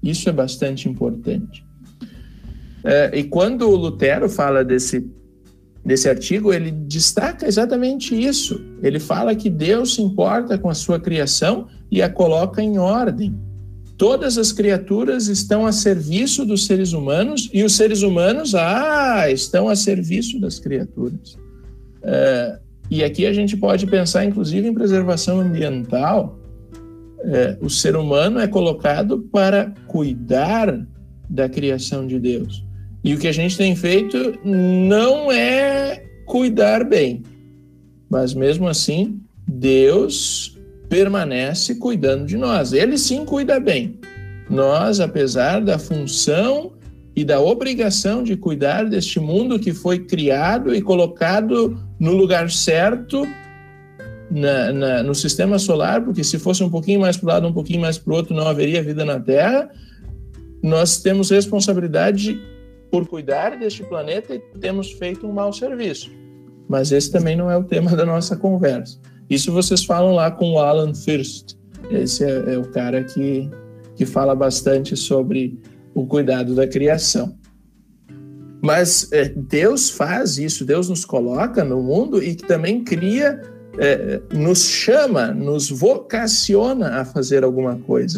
Isso é bastante importante. E quando o Lutero fala desse artigo, ele destaca exatamente isso. Ele fala que Deus se importa com a sua criação e a coloca em ordem. Todas as criaturas estão a serviço dos seres humanos e os seres humanos estão a serviço das criaturas. E aqui a gente pode pensar, inclusive, em preservação ambiental. O ser humano é colocado para cuidar da criação de Deus. E o que a gente tem feito não é cuidar bem, mas mesmo assim, Deus permanece cuidando de nós. Ele sim cuida bem. Nós, apesar da função e da obrigação de cuidar deste mundo que foi criado e colocado no lugar certo no sistema solar, porque se fosse um pouquinho mais para um lado, um pouquinho mais para o outro, não haveria vida na Terra, nós temos responsabilidade por cuidar deste planeta e temos feito um mau serviço. Mas esse também não é o tema da nossa conversa. Isso vocês falam lá com o Alan First. Esse é o cara que fala bastante sobre o cuidado da criação. Mas Deus faz isso, Deus nos coloca no mundo e que também cria, nos chama, nos vocaciona a fazer alguma coisa.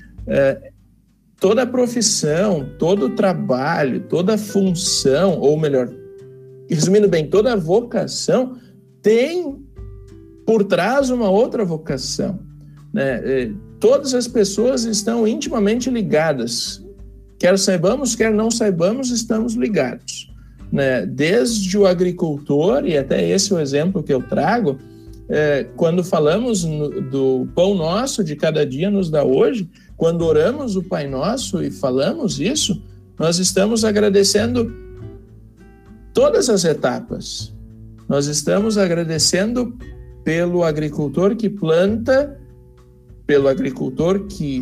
Toda profissão, todo trabalho, toda função, ou melhor, resumindo bem, toda vocação tem por trás uma outra vocação, né? Todas as pessoas estão intimamente ligadas, quer saibamos, quer não saibamos, estamos ligados, né? Desde o agricultor, e até esse é o exemplo que eu trago, quando falamos do pão nosso de cada dia nos dá hoje, quando oramos o Pai Nosso e falamos isso, nós estamos agradecendo todas as etapas. Nós estamos agradecendo pelo agricultor que planta, pelo agricultor que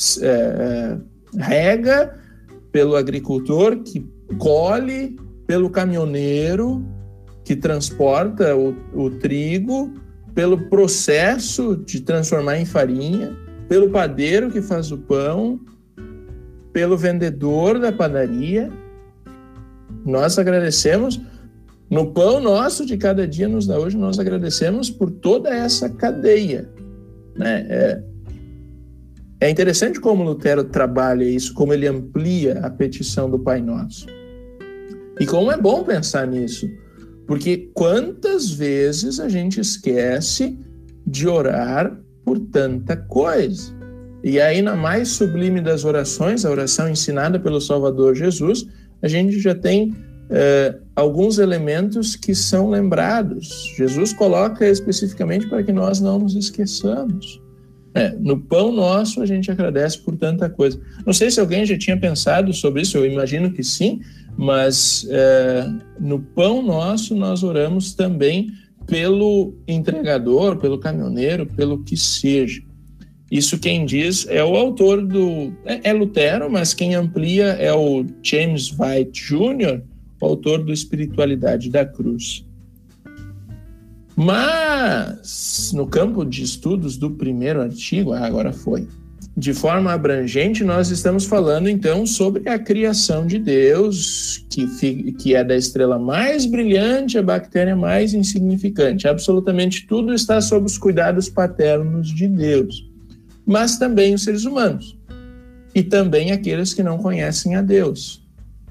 rega, pelo agricultor que colhe, pelo caminhoneiro que transporta o trigo, pelo processo de transformar em farinha, pelo padeiro que faz o pão, pelo vendedor da padaria. Nós agradecemos, no pão nosso de cada dia nos dá hoje, nós agradecemos por toda essa cadeia, né? É interessante como Lutero trabalha isso, como ele amplia a petição do Pai Nosso. E como é bom pensar nisso, porque quantas vezes a gente esquece de orar por tanta coisa. E aí, na mais sublime das orações, a oração ensinada pelo Salvador Jesus, a gente já tem alguns elementos que são lembrados. Jesus coloca especificamente para que nós não nos esqueçamos. No pão nosso, a gente agradece por tanta coisa. Não sei se alguém já tinha pensado sobre isso, eu imagino que sim, mas no pão nosso nós oramos também pelo entregador, pelo caminhoneiro, pelo que seja. Isso quem diz é o autor é Lutero, mas quem amplia é o James White Jr., o autor do Espiritualidade da Cruz. Mas, no campo de estudos do primeiro artigo, agora foi, de forma abrangente, nós estamos falando, então, sobre a criação de Deus, que é da estrela mais brilhante, a bactéria mais insignificante. Absolutamente tudo está sob os cuidados paternos de Deus. Mas também os seres humanos. E também aqueles que não conhecem a Deus.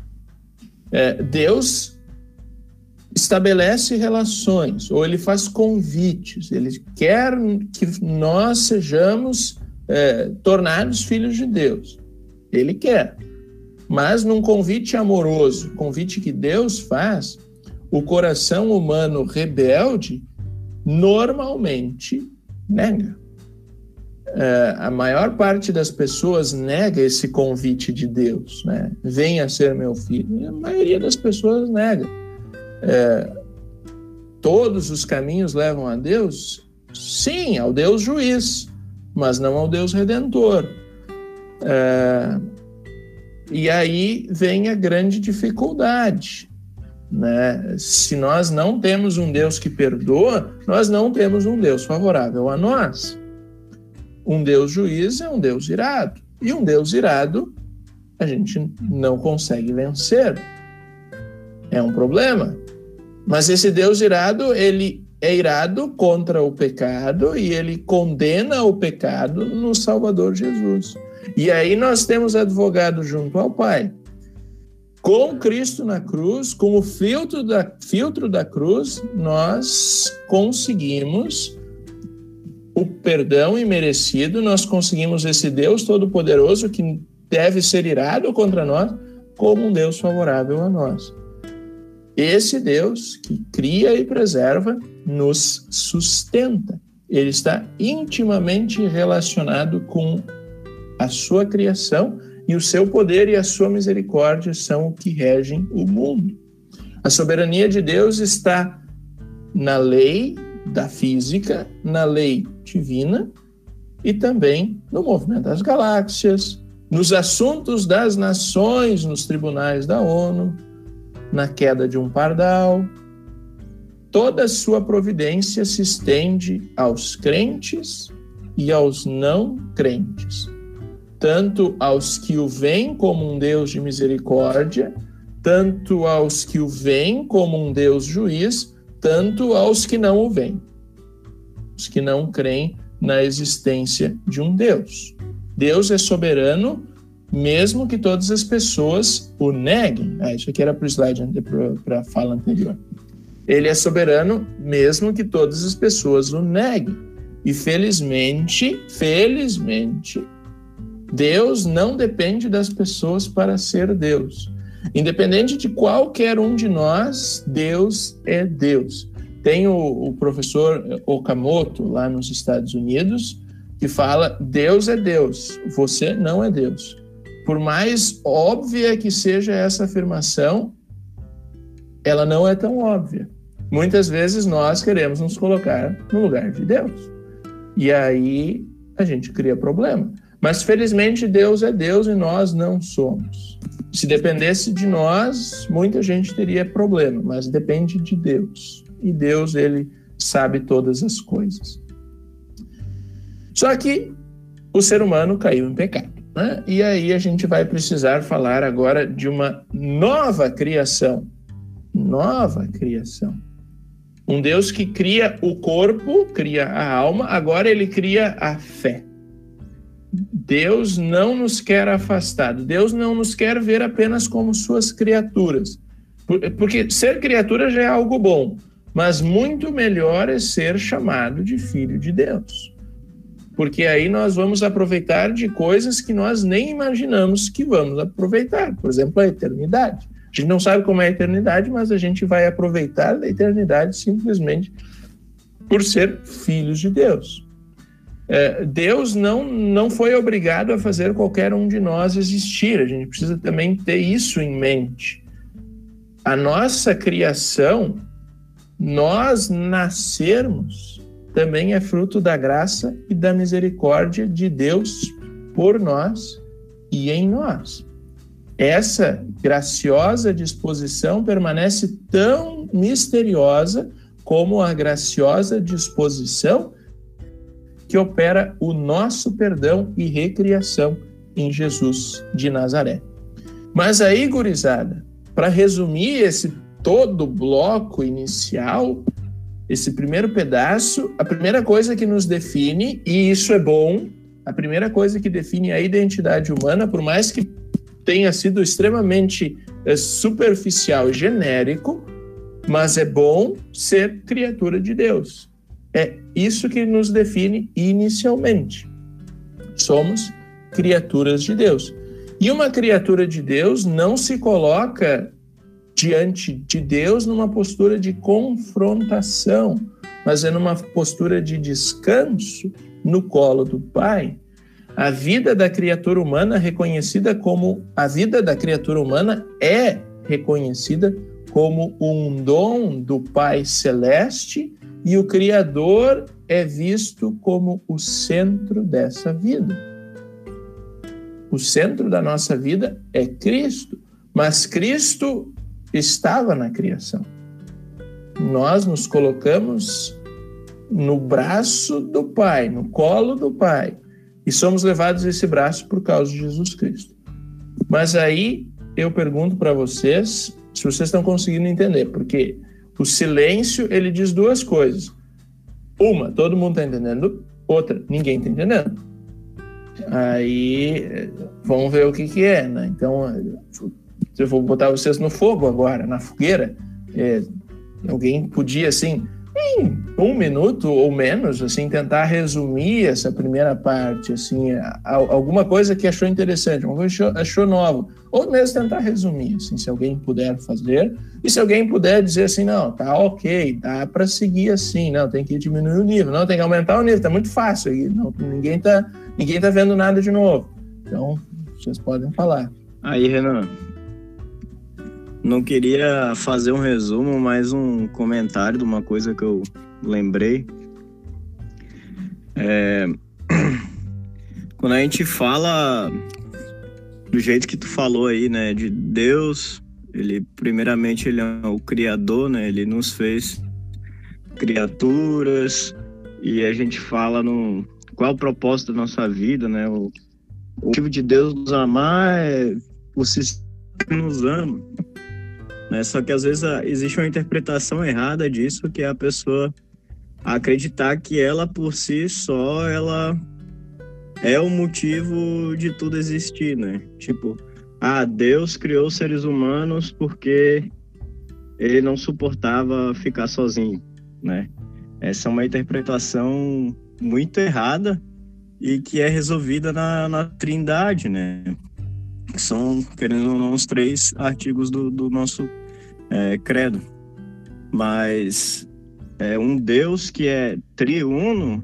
Deus estabelece relações, ou ele faz convites. Ele quer que nós sejamos tornados filhos de Deus. Ele quer. Mas num convite amoroso, convite que Deus faz, o coração humano rebelde normalmente nega. A maior parte das pessoas nega esse convite de Deus, né? Venha ser meu filho. E a maioria das pessoas nega. Todos os caminhos levam a Deus? Sim, ao Deus juiz, mas não ao Deus redentor. E aí vem a grande dificuldade, né? Se nós não temos um Deus que perdoa, nós não temos um Deus favorável a nós. Um Deus juiz é um Deus irado. E um Deus irado, a gente não consegue vencer. É um problema. Mas esse Deus irado, ele é irado contra o pecado e ele condena o pecado no Salvador Jesus. E aí nós temos advogado junto ao Pai. Com Cristo na cruz, com o filtro da cruz, nós conseguimos o perdão imerecido, nós conseguimos esse Deus Todo-Poderoso que deve ser irado contra nós, como um Deus favorável a nós. Esse Deus que cria e preserva nos sustenta. Ele está intimamente relacionado com a sua criação e o seu poder e a sua misericórdia são o que regem o mundo. A soberania de Deus está na lei da física, na lei divina e também no movimento das galáxias, nos assuntos das nações, nos tribunais da ONU, na queda de um pardal. Toda a sua providência se estende aos crentes e aos não crentes, tanto aos que o veem como um Deus de misericórdia, tanto aos que o veem como um Deus juiz, tanto aos que não o veem, os que não creem na existência de um Deus. Deus é soberano, mesmo que todas as pessoas o neguem. Isso aqui era para o slide, para a fala anterior. Ele é soberano, mesmo que todas as pessoas o neguem. E felizmente, Deus não depende das pessoas para ser Deus. Independente de qualquer um de nós, Deus é Deus. Tem o professor Okamoto, lá nos Estados Unidos, que fala: Deus é Deus, você não é Deus. Por mais óbvia que seja essa afirmação, ela não é tão óbvia. Muitas vezes nós queremos nos colocar no lugar de Deus. E aí a gente cria problema. Mas felizmente Deus é Deus e nós não somos. Se dependesse de nós, muita gente teria problema, mas depende de Deus. E Deus, ele sabe todas as coisas. Só que o ser humano caiu em pecado, né? E aí a gente vai precisar falar agora de uma nova criação. Nova criação. Um Deus que cria o corpo, cria a alma, agora ele cria a fé. Deus não nos quer afastado. Deus não nos quer ver apenas como suas criaturas. Porque ser criatura já é algo bom, mas muito melhor é ser chamado de filho de Deus. Porque aí nós vamos aproveitar de coisas que nós nem imaginamos que vamos aproveitar. Por exemplo, a eternidade. A gente não sabe como é a eternidade, mas a gente vai aproveitar da eternidade simplesmente por ser filhos de Deus. Deus não foi obrigado a fazer qualquer um de nós existir. A gente precisa também ter isso em mente. A nossa criação, nós nascermos, também é fruto da graça e da misericórdia de Deus por nós e em nós. Essa graciosa disposição permanece tão misteriosa como a graciosa disposição que opera o nosso perdão e recriação em Jesus de Nazaré. Mas aí, gurizada, para resumir esse todo bloco inicial, esse primeiro pedaço, a primeira coisa que nos define, e isso é bom, a primeira coisa que define a identidade humana, por mais que tenha sido extremamente superficial e genérico, mas é bom ser criatura de Deus. É isso que nos define inicialmente. Somos criaturas de Deus. E uma criatura de Deus não se coloca diante de Deus numa postura de confrontação, mas é numa postura de descanso no colo do Pai. A vida da criatura humana é reconhecida como um dom do Pai Celeste, e o Criador é visto como o centro dessa vida. O centro da nossa vida é Cristo, mas Cristo estava na criação. Nós nos colocamos no braço do Pai, no colo do Pai, e somos levados a esse braço por causa de Jesus Cristo. Mas aí eu pergunto para vocês se vocês estão conseguindo entender, porque o silêncio, ele diz duas coisas. Uma, todo mundo está entendendo. Outra, ninguém está entendendo. Aí, vamos ver o que é, né? Então, eu vou botar vocês no fogo agora, na fogueira. Alguém podia, assim, em 1 minuto ou menos, assim, tentar resumir essa primeira parte, assim, alguma coisa que achou interessante, alguma coisa que achou nova, ou mesmo tentar resumir, assim, se alguém puder fazer, e se alguém puder dizer assim, não, tá ok, dá para seguir assim, não, tem que diminuir o nível, não, tem que aumentar o nível, tá muito fácil, não, ninguém tá vendo nada de novo. Então, vocês podem falar. Aí, Renan, não queria fazer um resumo, mas um comentário de uma coisa que eu lembrei. Quando a gente fala do jeito que tu falou aí, né, de Deus, primeiramente ele é o Criador, né, ele nos fez criaturas, e a gente fala qual é o propósito da nossa vida, né, o motivo de Deus nos amar é o sistema que nos ama. Né? Só que às vezes existe uma interpretação errada disso, que é a pessoa acreditar que ela por si só ela é o motivo de tudo existir, né? Tipo, Deus criou os seres humanos porque ele não suportava ficar sozinho, né? Essa é uma interpretação muito errada e que é resolvida na Trindade, né? Que são, querendo ou não, os 3 artigos do nosso credo. Mas um Deus que é triuno,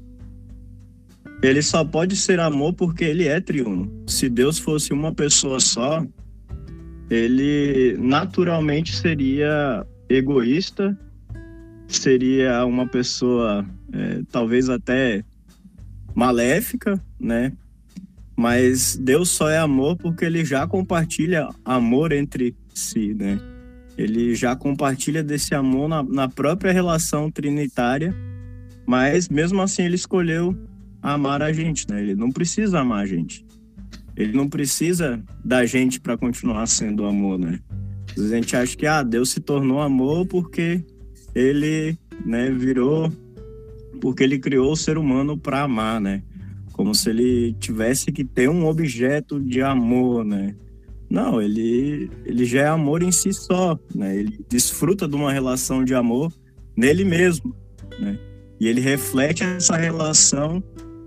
ele só pode ser amor porque ele é triuno. Se Deus fosse uma pessoa só, ele naturalmente seria egoísta, seria uma pessoa talvez até maléfica, né? Mas Deus só é amor porque ele já compartilha amor entre si, né? Ele já compartilha desse amor na própria relação trinitária, mas mesmo assim ele escolheu amar a gente, né? Ele não precisa amar a gente. Ele não precisa da gente para continuar sendo amor, né? Às vezes a gente acha que Deus se tornou amor porque ele, né, porque ele criou o ser humano para amar, né? Como se ele tivesse que ter um objeto de amor, né? Não, ele já é amor em si só, né? Ele desfruta de uma relação de amor nele mesmo, né? E ele reflete essa relação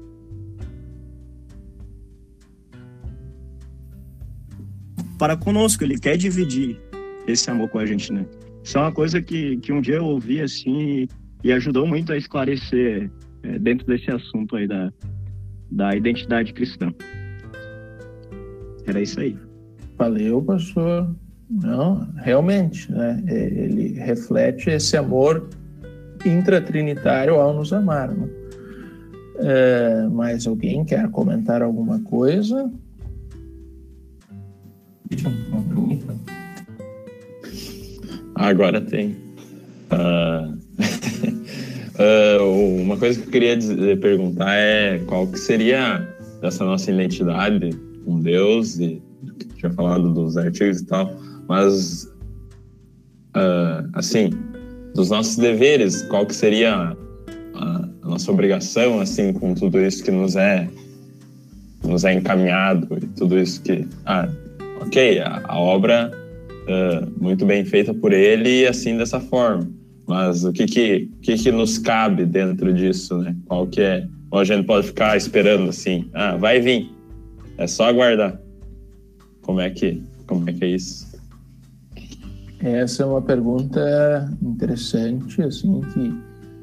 para conosco. Ele quer dividir esse amor com a gente, né? Isso é uma coisa que um dia eu ouvi assim e ajudou muito a esclarecer dentro desse assunto aí da identidade cristã. Era isso aí. Valeu, pastor. Não, realmente, né? Ele reflete esse amor intratrinitário ao nos amar, né? Mais alguém quer comentar alguma coisa? Agora tem. Uma coisa que eu queria perguntar é qual que seria essa nossa identidade com Deus, e tinha falado dos artigos e tal, mas assim, dos nossos deveres, qual que seria a nossa obrigação, assim, com tudo isso que nos é encaminhado e tudo isso que ok, a obra muito bem feita por ele e assim dessa forma. Mas o que nos cabe dentro disso, né? Qual que é? Ou a gente pode ficar esperando assim, vai vir, é só aguardar. Como é que é isso? Essa é uma pergunta interessante, assim, que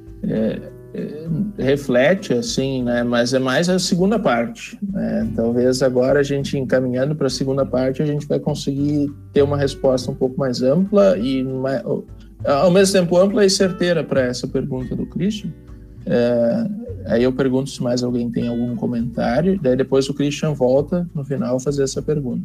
reflete, assim, né? Mas é mais a segunda parte, né? Talvez agora a gente encaminhando para a segunda parte a gente vai conseguir ter uma resposta um pouco mais ampla e ao mesmo tempo ampla e certeira para essa pergunta do Christian. Aí eu pergunto se mais alguém tem algum comentário, daí depois o Christian volta no final fazer essa pergunta.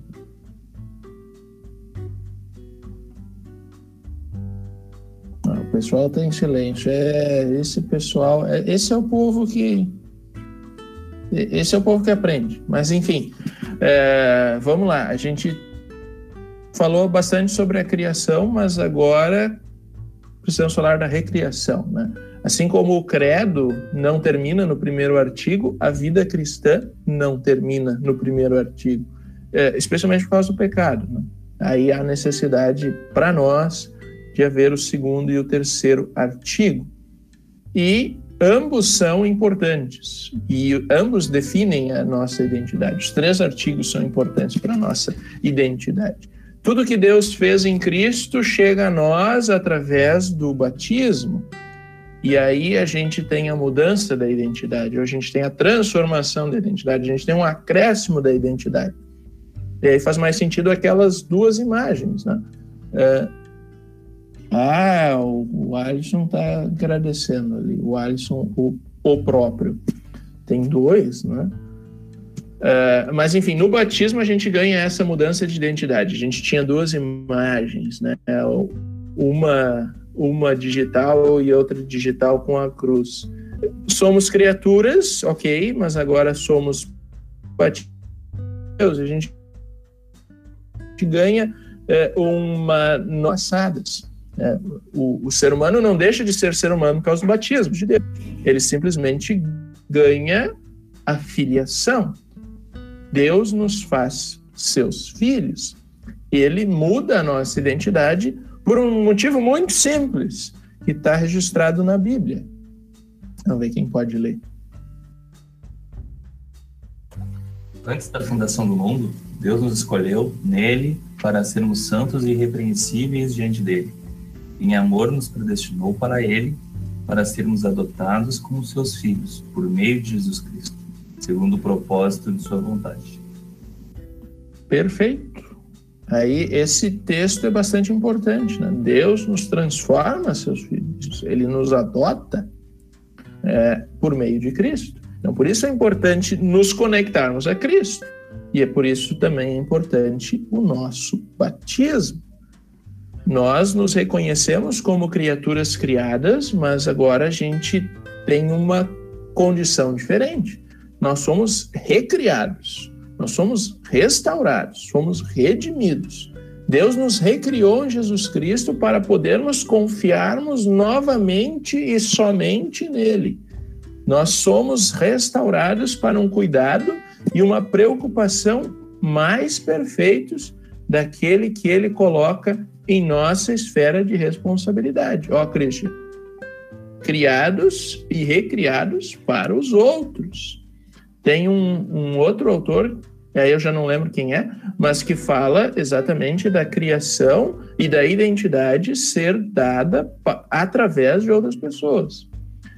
O pessoal está em silêncio. Esse pessoal, esse é o povo que Esse é o povo que aprende. Mas, enfim, vamos lá. A gente falou bastante sobre a criação, mas agora precisamos falar da recriação, né? Assim como o credo não termina no primeiro artigo, a vida cristã não termina no primeiro artigo, especialmente por causa do pecado, né? Aí há necessidade para nós de haver o segundo e o terceiro artigo. E ambos são importantes e ambos definem a nossa identidade. Os 3 artigos são importantes para a nossa identidade. Tudo que Deus fez em Cristo chega a nós através do batismo. E aí a gente tem a mudança da identidade, a gente tem a transformação da identidade, a gente tem um acréscimo da identidade. E aí faz mais sentido aquelas 2 imagens, né? O Alisson está agradecendo ali. O Alisson, o próprio. Tem 2, né? Mas, enfim, no batismo a gente ganha essa mudança de identidade. A gente tinha 2 imagens, né? Uma digital e outra digital com a cruz. Somos criaturas, ok, mas agora somos batidos. A gente ganha passadas. O ser humano não deixa de ser ser humano por causa do batismo de Deus. Ele simplesmente ganha a filiação. Deus nos faz seus filhos. Ele muda a nossa identidade por um motivo muito simples, que está registrado na Bíblia. Vamos ver quem pode ler. Antes da fundação do mundo, Deus nos escolheu nele para sermos santos e irrepreensíveis diante dele. Em amor nos predestinou para ele, para sermos adotados como seus filhos, por meio de Jesus Cristo, segundo o propósito de sua vontade. Perfeito. Aí esse texto é bastante importante, né? Deus nos transforma seus filhos, ele nos adota por meio de Cristo. Então, por isso é importante nos conectarmos a Cristo. E é por isso também é importante o nosso batismo. Nós nos reconhecemos como criaturas criadas, mas agora a gente tem uma condição diferente. Nós somos recriados, nós somos restaurados, somos redimidos. Deus nos recriou em Jesus Cristo para podermos confiarmos novamente e somente nele. Nós somos restaurados para um cuidado e uma preocupação mais perfeitos daquele que ele coloca em nossa esfera de responsabilidade. Cristian, criados e recriados para os outros. Tem um outro autor, aí eu já não lembro quem é, mas que fala exatamente da criação e da identidade ser dada através de outras pessoas.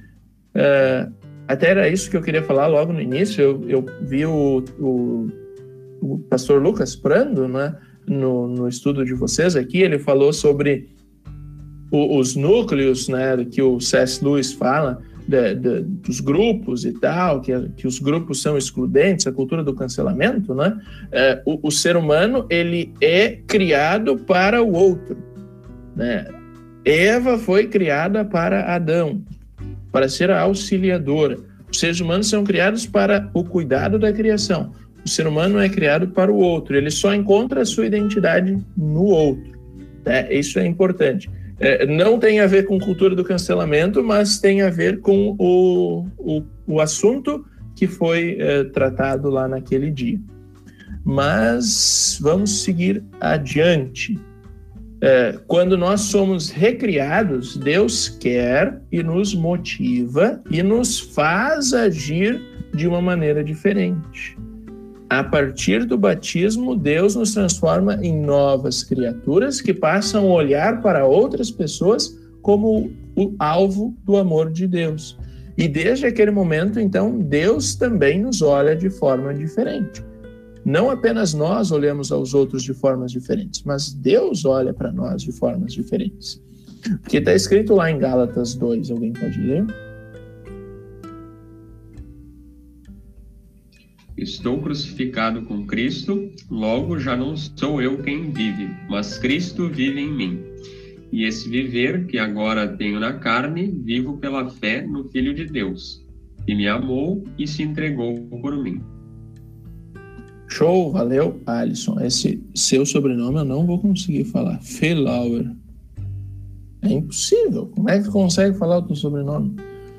Até era isso que eu queria falar logo no início. Eu vi o pastor Lucas Prando, né, no estudo de vocês aqui, ele falou sobre os núcleos, né, que o C.S. Lewis fala, dos grupos e tal, que os grupos são excludentes, a cultura do cancelamento, né? O ser humano, ele é criado para o outro, né? Eva foi criada para Adão, para ser a auxiliadora. Os seres humanos são criados para o cuidado da criação. O ser humano é criado para o outro, ele só encontra a sua identidade no outro, né? Isso é importante. Não tem a ver com cultura do cancelamento, mas tem a ver com o assunto que foi tratado lá naquele dia. Mas vamos seguir adiante. Quando nós somos recriados, Deus quer e nos motiva e nos faz agir de uma maneira diferente. A partir do batismo, Deus nos transforma em novas criaturas que passam a olhar para outras pessoas como o alvo do amor de Deus. E desde aquele momento, então, Deus também nos olha de forma diferente. Não apenas nós olhamos aos outros de formas diferentes, mas Deus olha para nós de formas diferentes. Porque está escrito lá em Gálatas 2, alguém pode ler? Estou crucificado com Cristo, logo já não sou eu quem vive, mas Cristo vive em mim. E esse viver que agora tenho na carne, vivo pela fé no Filho de Deus, e me amou e se entregou por mim. Show, valeu, Alisson. Esse seu sobrenome eu não vou conseguir falar. Fehlauer. É impossível. Como é que tu consegue falar o teu sobrenome?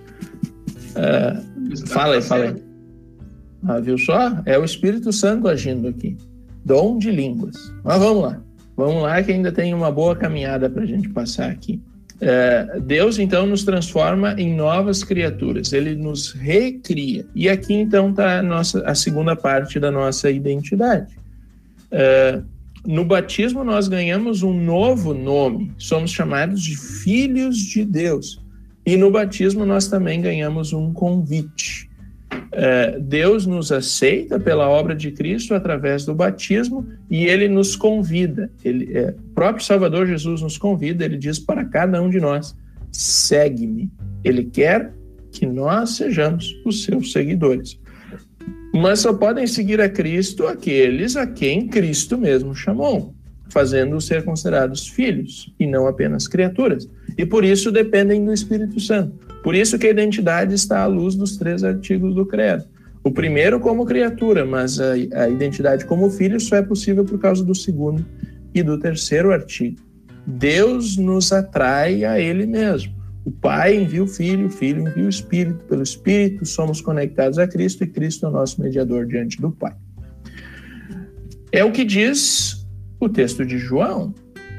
Fala aí. Viu só? É o Espírito Santo agindo aqui. Dom de línguas. Mas vamos lá que ainda tem uma boa caminhada para a gente passar aqui. Deus então nos transforma em novas criaturas. Ele nos recria. E aqui então está a segunda parte da nossa identidade. No batismo nós ganhamos um novo nome. Somos chamados de filhos de Deus. E no batismo nós também ganhamos um convite. Deus nos aceita pela obra de Cristo através do batismo e Ele nos convida. O próprio Salvador Jesus nos convida, Ele diz para cada um de nós, segue-me. Ele quer que nós sejamos os seus seguidores. Mas só podem seguir a Cristo aqueles a quem Cristo mesmo chamou, fazendo-os ser considerados filhos e não apenas criaturas. E por isso dependem do Espírito Santo. Por isso que a identidade está à luz dos 3 artigos do Credo. O primeiro como criatura, mas a identidade como filho só é possível por causa do segundo e do terceiro artigo. Deus nos atrai a Ele mesmo. O Pai envia o Filho envia o Espírito. Pelo Espírito somos conectados a Cristo e Cristo é o nosso mediador diante do Pai. É o que diz o texto de João.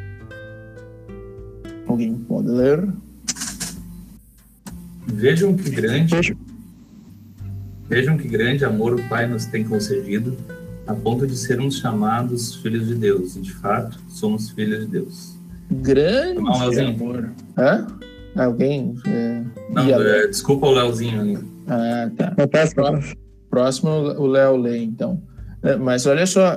Alguém pode ler? Vejam que grande amor o Pai nos tem concedido, a ponto de sermos chamados filhos de Deus. E, de fato, somos filhos de Deus. Grande amor. Hã? Alguém? Desculpa o Leozinho ali. Tá. Próximo o Léo lê, então. Mas olha só,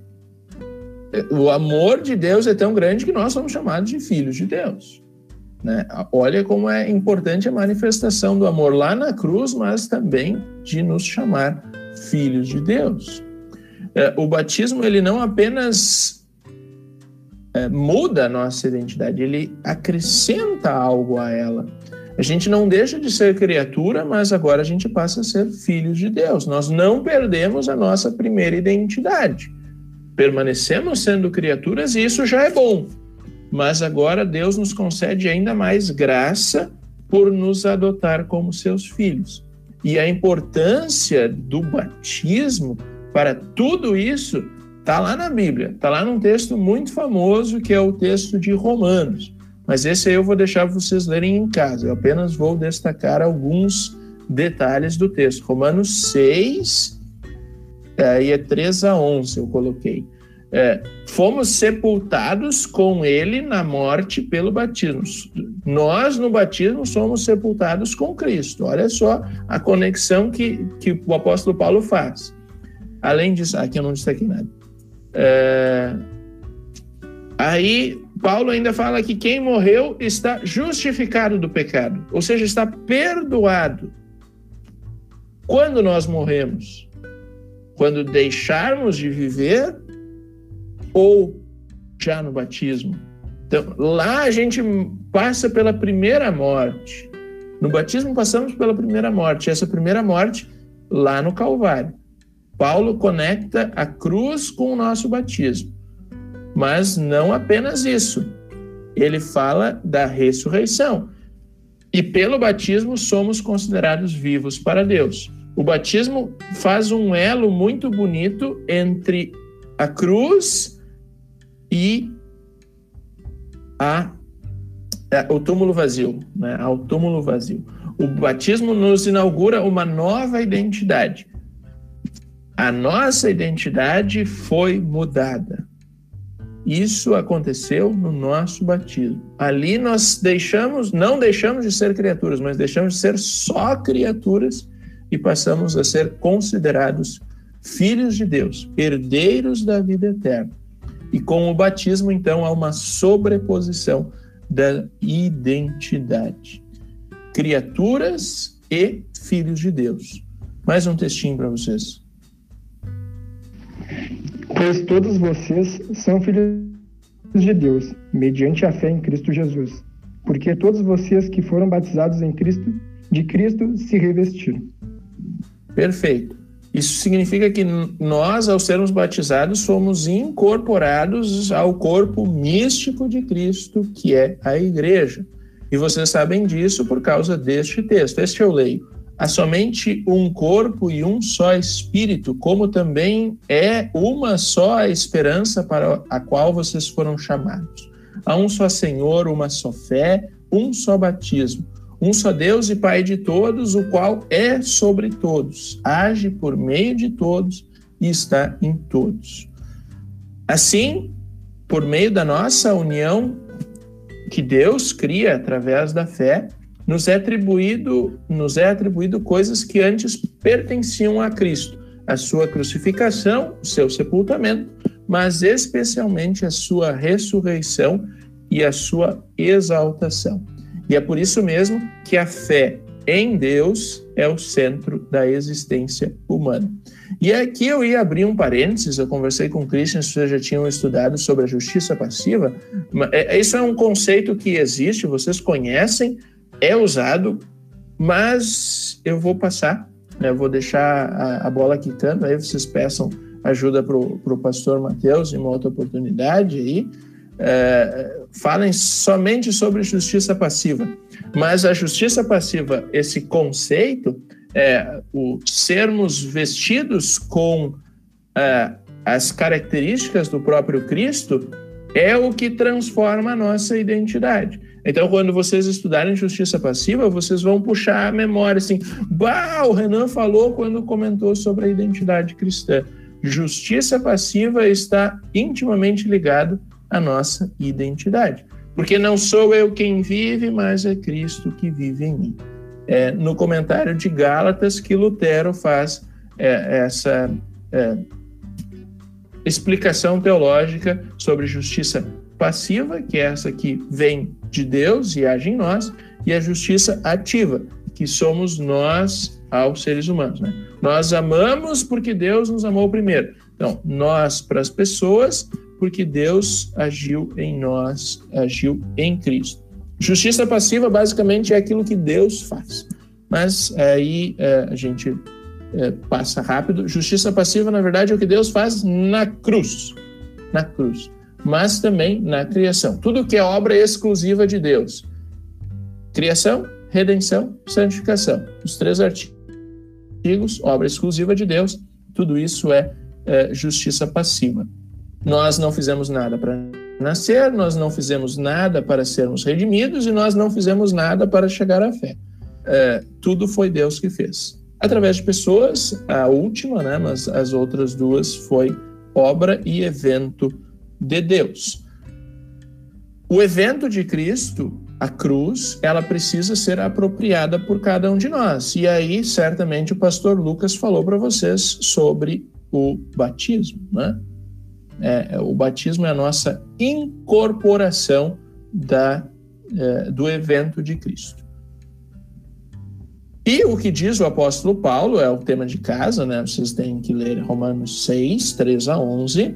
o amor de Deus é tão grande que nós somos chamados de filhos de Deus. Né? Olha como é importante a manifestação do amor lá na cruz, mas também de nos chamar filhos de Deus. O batismo, ele não apenas muda a nossa identidade, ele acrescenta algo a ela. A gente não deixa de ser criatura, mas agora a gente passa a ser filhos de Deus. Nós não perdemos a nossa primeira identidade. Permanecemos sendo criaturas e isso já é bom. Mas agora Deus nos concede ainda mais graça por nos adotar como seus filhos. E a importância do batismo para tudo isso está lá na Bíblia. Está lá num texto muito famoso, que é o texto de Romanos. Mas esse aí eu vou deixar vocês lerem em casa. Eu apenas vou destacar alguns detalhes do texto. Romanos 6, aí é 3-11 eu coloquei. Fomos sepultados com ele na morte pelo batismo. Nós, no batismo, somos sepultados com Cristo. Olha só a conexão que o apóstolo Paulo faz. Além disso, aqui eu não destaquei nada. Aí, Paulo ainda fala que quem morreu está justificado do pecado, ou seja, está perdoado. Quando nós morremos? Quando deixarmos de viver ou já no batismo? Então, lá a gente passa pela primeira morte. No batismo passamos pela primeira morte. Essa primeira morte lá no Calvário. Paulo conecta a cruz com o nosso batismo. Mas não apenas isso. Ele fala da ressurreição. E pelo batismo somos considerados vivos para Deus. O batismo faz um elo muito bonito entre a cruz e o túmulo vazio, né? Ao túmulo vazio. O batismo nos inaugura uma nova identidade. A nossa identidade foi mudada. Isso aconteceu no nosso batismo. Ali nós não deixamos de ser criaturas, mas deixamos de ser só criaturas e passamos a ser considerados filhos de Deus, herdeiros da vida eterna. E com o batismo, então, há uma sobreposição da identidade. Criaturas e filhos de Deus. Mais um textinho para vocês. Pois todos vocês são filhos de Deus, mediante a fé em Cristo Jesus. Porque todos vocês que foram batizados em Cristo, de Cristo se revestiram. Perfeito. Isso significa que nós, ao sermos batizados, somos incorporados ao corpo místico de Cristo, que é a igreja. E vocês sabem disso por causa deste texto. Este eu leio. Há somente um corpo e um só espírito, como também é uma só a esperança para a qual vocês foram chamados. Há um só Senhor, uma só fé, um só batismo. Um só Deus e Pai de todos, o qual é sobre todos, age por meio de todos e está em todos. Assim, por meio da nossa união que Deus cria através da fé, nos é atribuído coisas que antes pertenciam a Cristo, a sua crucificação, o seu sepultamento, mas especialmente a sua ressurreição e a sua exaltação. E é por isso mesmo que a fé em Deus é o centro da existência humana. E aqui eu ia abrir um parênteses, eu conversei com o Christian, vocês já tinham estudado sobre a justiça passiva. Isso é um conceito que existe, vocês conhecem, é usado, mas eu vou passar, né? Eu vou deixar a bola quicando, aí vocês peçam ajuda para o pastor Mateus em uma outra oportunidade aí. Falem somente sobre justiça passiva, mas a justiça passiva, esse conceito, o sermos vestidos com as características do próprio Cristo, é o que transforma a nossa identidade. Então, quando vocês estudarem justiça passiva, vocês vão puxar a memória assim, o Renan falou quando comentou sobre a identidade cristã. Justiça passiva está intimamente ligado a nossa identidade. Porque não sou eu quem vive, mas é Cristo que vive em mim. No comentário de Gálatas que Lutero faz essa explicação teológica sobre justiça passiva, que é essa que vem de Deus e age em nós, e a justiça ativa, que somos nós aos seres humanos, né? Nós amamos porque Deus nos amou primeiro. Então, nós para as pessoas, porque Deus agiu em nós, agiu em Cristo. Justiça passiva, basicamente, é aquilo que Deus faz. Mas aí a gente passa rápido. Justiça passiva, na verdade, é o que Deus faz na cruz. Na cruz. Mas também na criação. Tudo que é obra exclusiva de Deus. Criação, redenção, santificação. Os 3 artigos, obra exclusiva de Deus. Tudo isso é justiça passiva. Nós não fizemos nada para nascer, nós não fizemos nada para sermos redimidos e nós não fizemos nada para chegar à fé. Tudo foi Deus que fez. Através de pessoas, a última, né, mas as outras 2 foi obra e evento de Deus. O evento de Cristo, a cruz, ela precisa ser apropriada por cada um de nós. E aí, certamente, o pastor Lucas falou para vocês sobre o batismo, né? O batismo é a nossa incorporação do evento de Cristo. E o que diz o apóstolo Paulo, é o tema de casa, né? Vocês têm que ler Romanos 6, 3 a 11.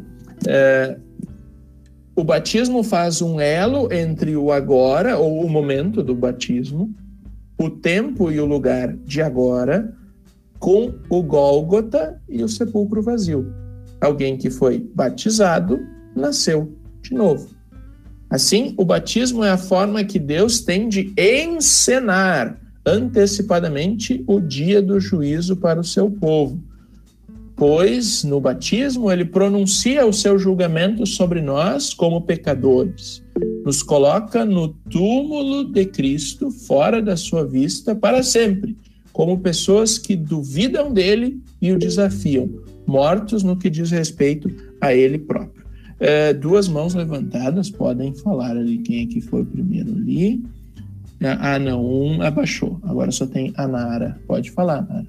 O batismo faz um elo entre o agora, ou o momento do batismo, o tempo e o lugar de agora, com o Gólgota e o sepulcro vazio. Alguém que foi batizado, nasceu de novo. Assim, o batismo é a forma que Deus tem de encenar antecipadamente o dia do juízo para o seu povo. Pois, no batismo, ele pronuncia o seu julgamento sobre nós como pecadores. Nos coloca no túmulo de Cristo, fora da sua vista, para sempre, como pessoas que duvidam dele e o desafiam, mortos no que diz respeito a ele próprio. 2 mãos levantadas, podem falar ali quem é que foi o primeiro ali. Não, um abaixou. Agora só tem a Nara. Pode falar, Nara.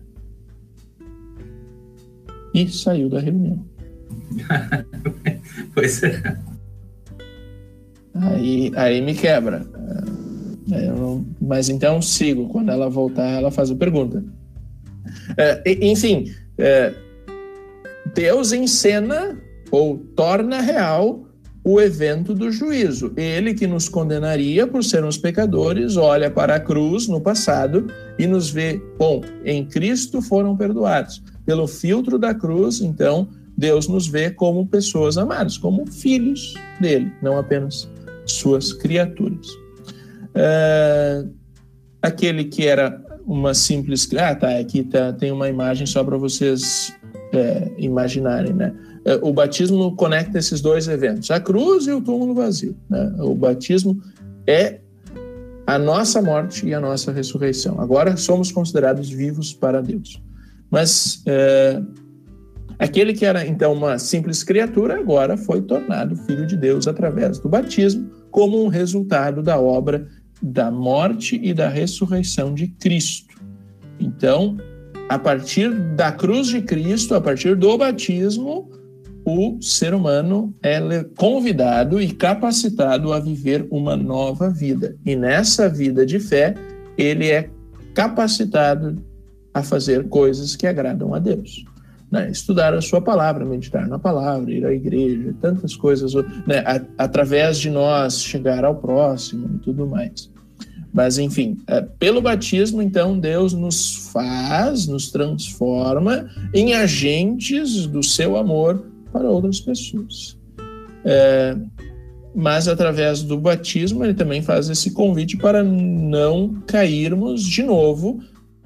E saiu da reunião. Pois é. Aí me quebra. Mas então sigo. Quando ela voltar, ela faz a pergunta. Enfim, Deus encena ou torna real o evento do juízo. Ele que nos condenaria por sermos pecadores, olha para a cruz no passado e nos vê, bom, em Cristo foram perdoados. Pelo filtro da cruz, então, Deus nos vê como pessoas amadas, como filhos dele, não apenas suas criaturas. Aquele que era uma simples... aqui tem uma imagem só para vocês imaginarem, né? O batismo conecta esses dois eventos, a cruz e o túmulo vazio, né? O batismo é a nossa morte e a nossa ressurreição. Agora somos considerados vivos para Deus. Mas aquele que era então uma simples criatura, agora foi tornado filho de Deus através do batismo, como um resultado da obra da morte e da ressurreição de Cristo. Então, a partir da cruz de Cristo, a partir do batismo, o ser humano é convidado e capacitado a viver uma nova vida. E nessa vida de fé, ele é capacitado a fazer coisas que agradam a Deus. Né? Estudar a sua palavra, meditar na palavra, ir à igreja, tantas coisas, né? Através de nós chegar ao próximo e tudo mais. Mas, enfim, pelo batismo, então, Deus nos transforma em agentes do seu amor para outras pessoas. Mas, através do batismo, ele também faz esse convite para não cairmos de novo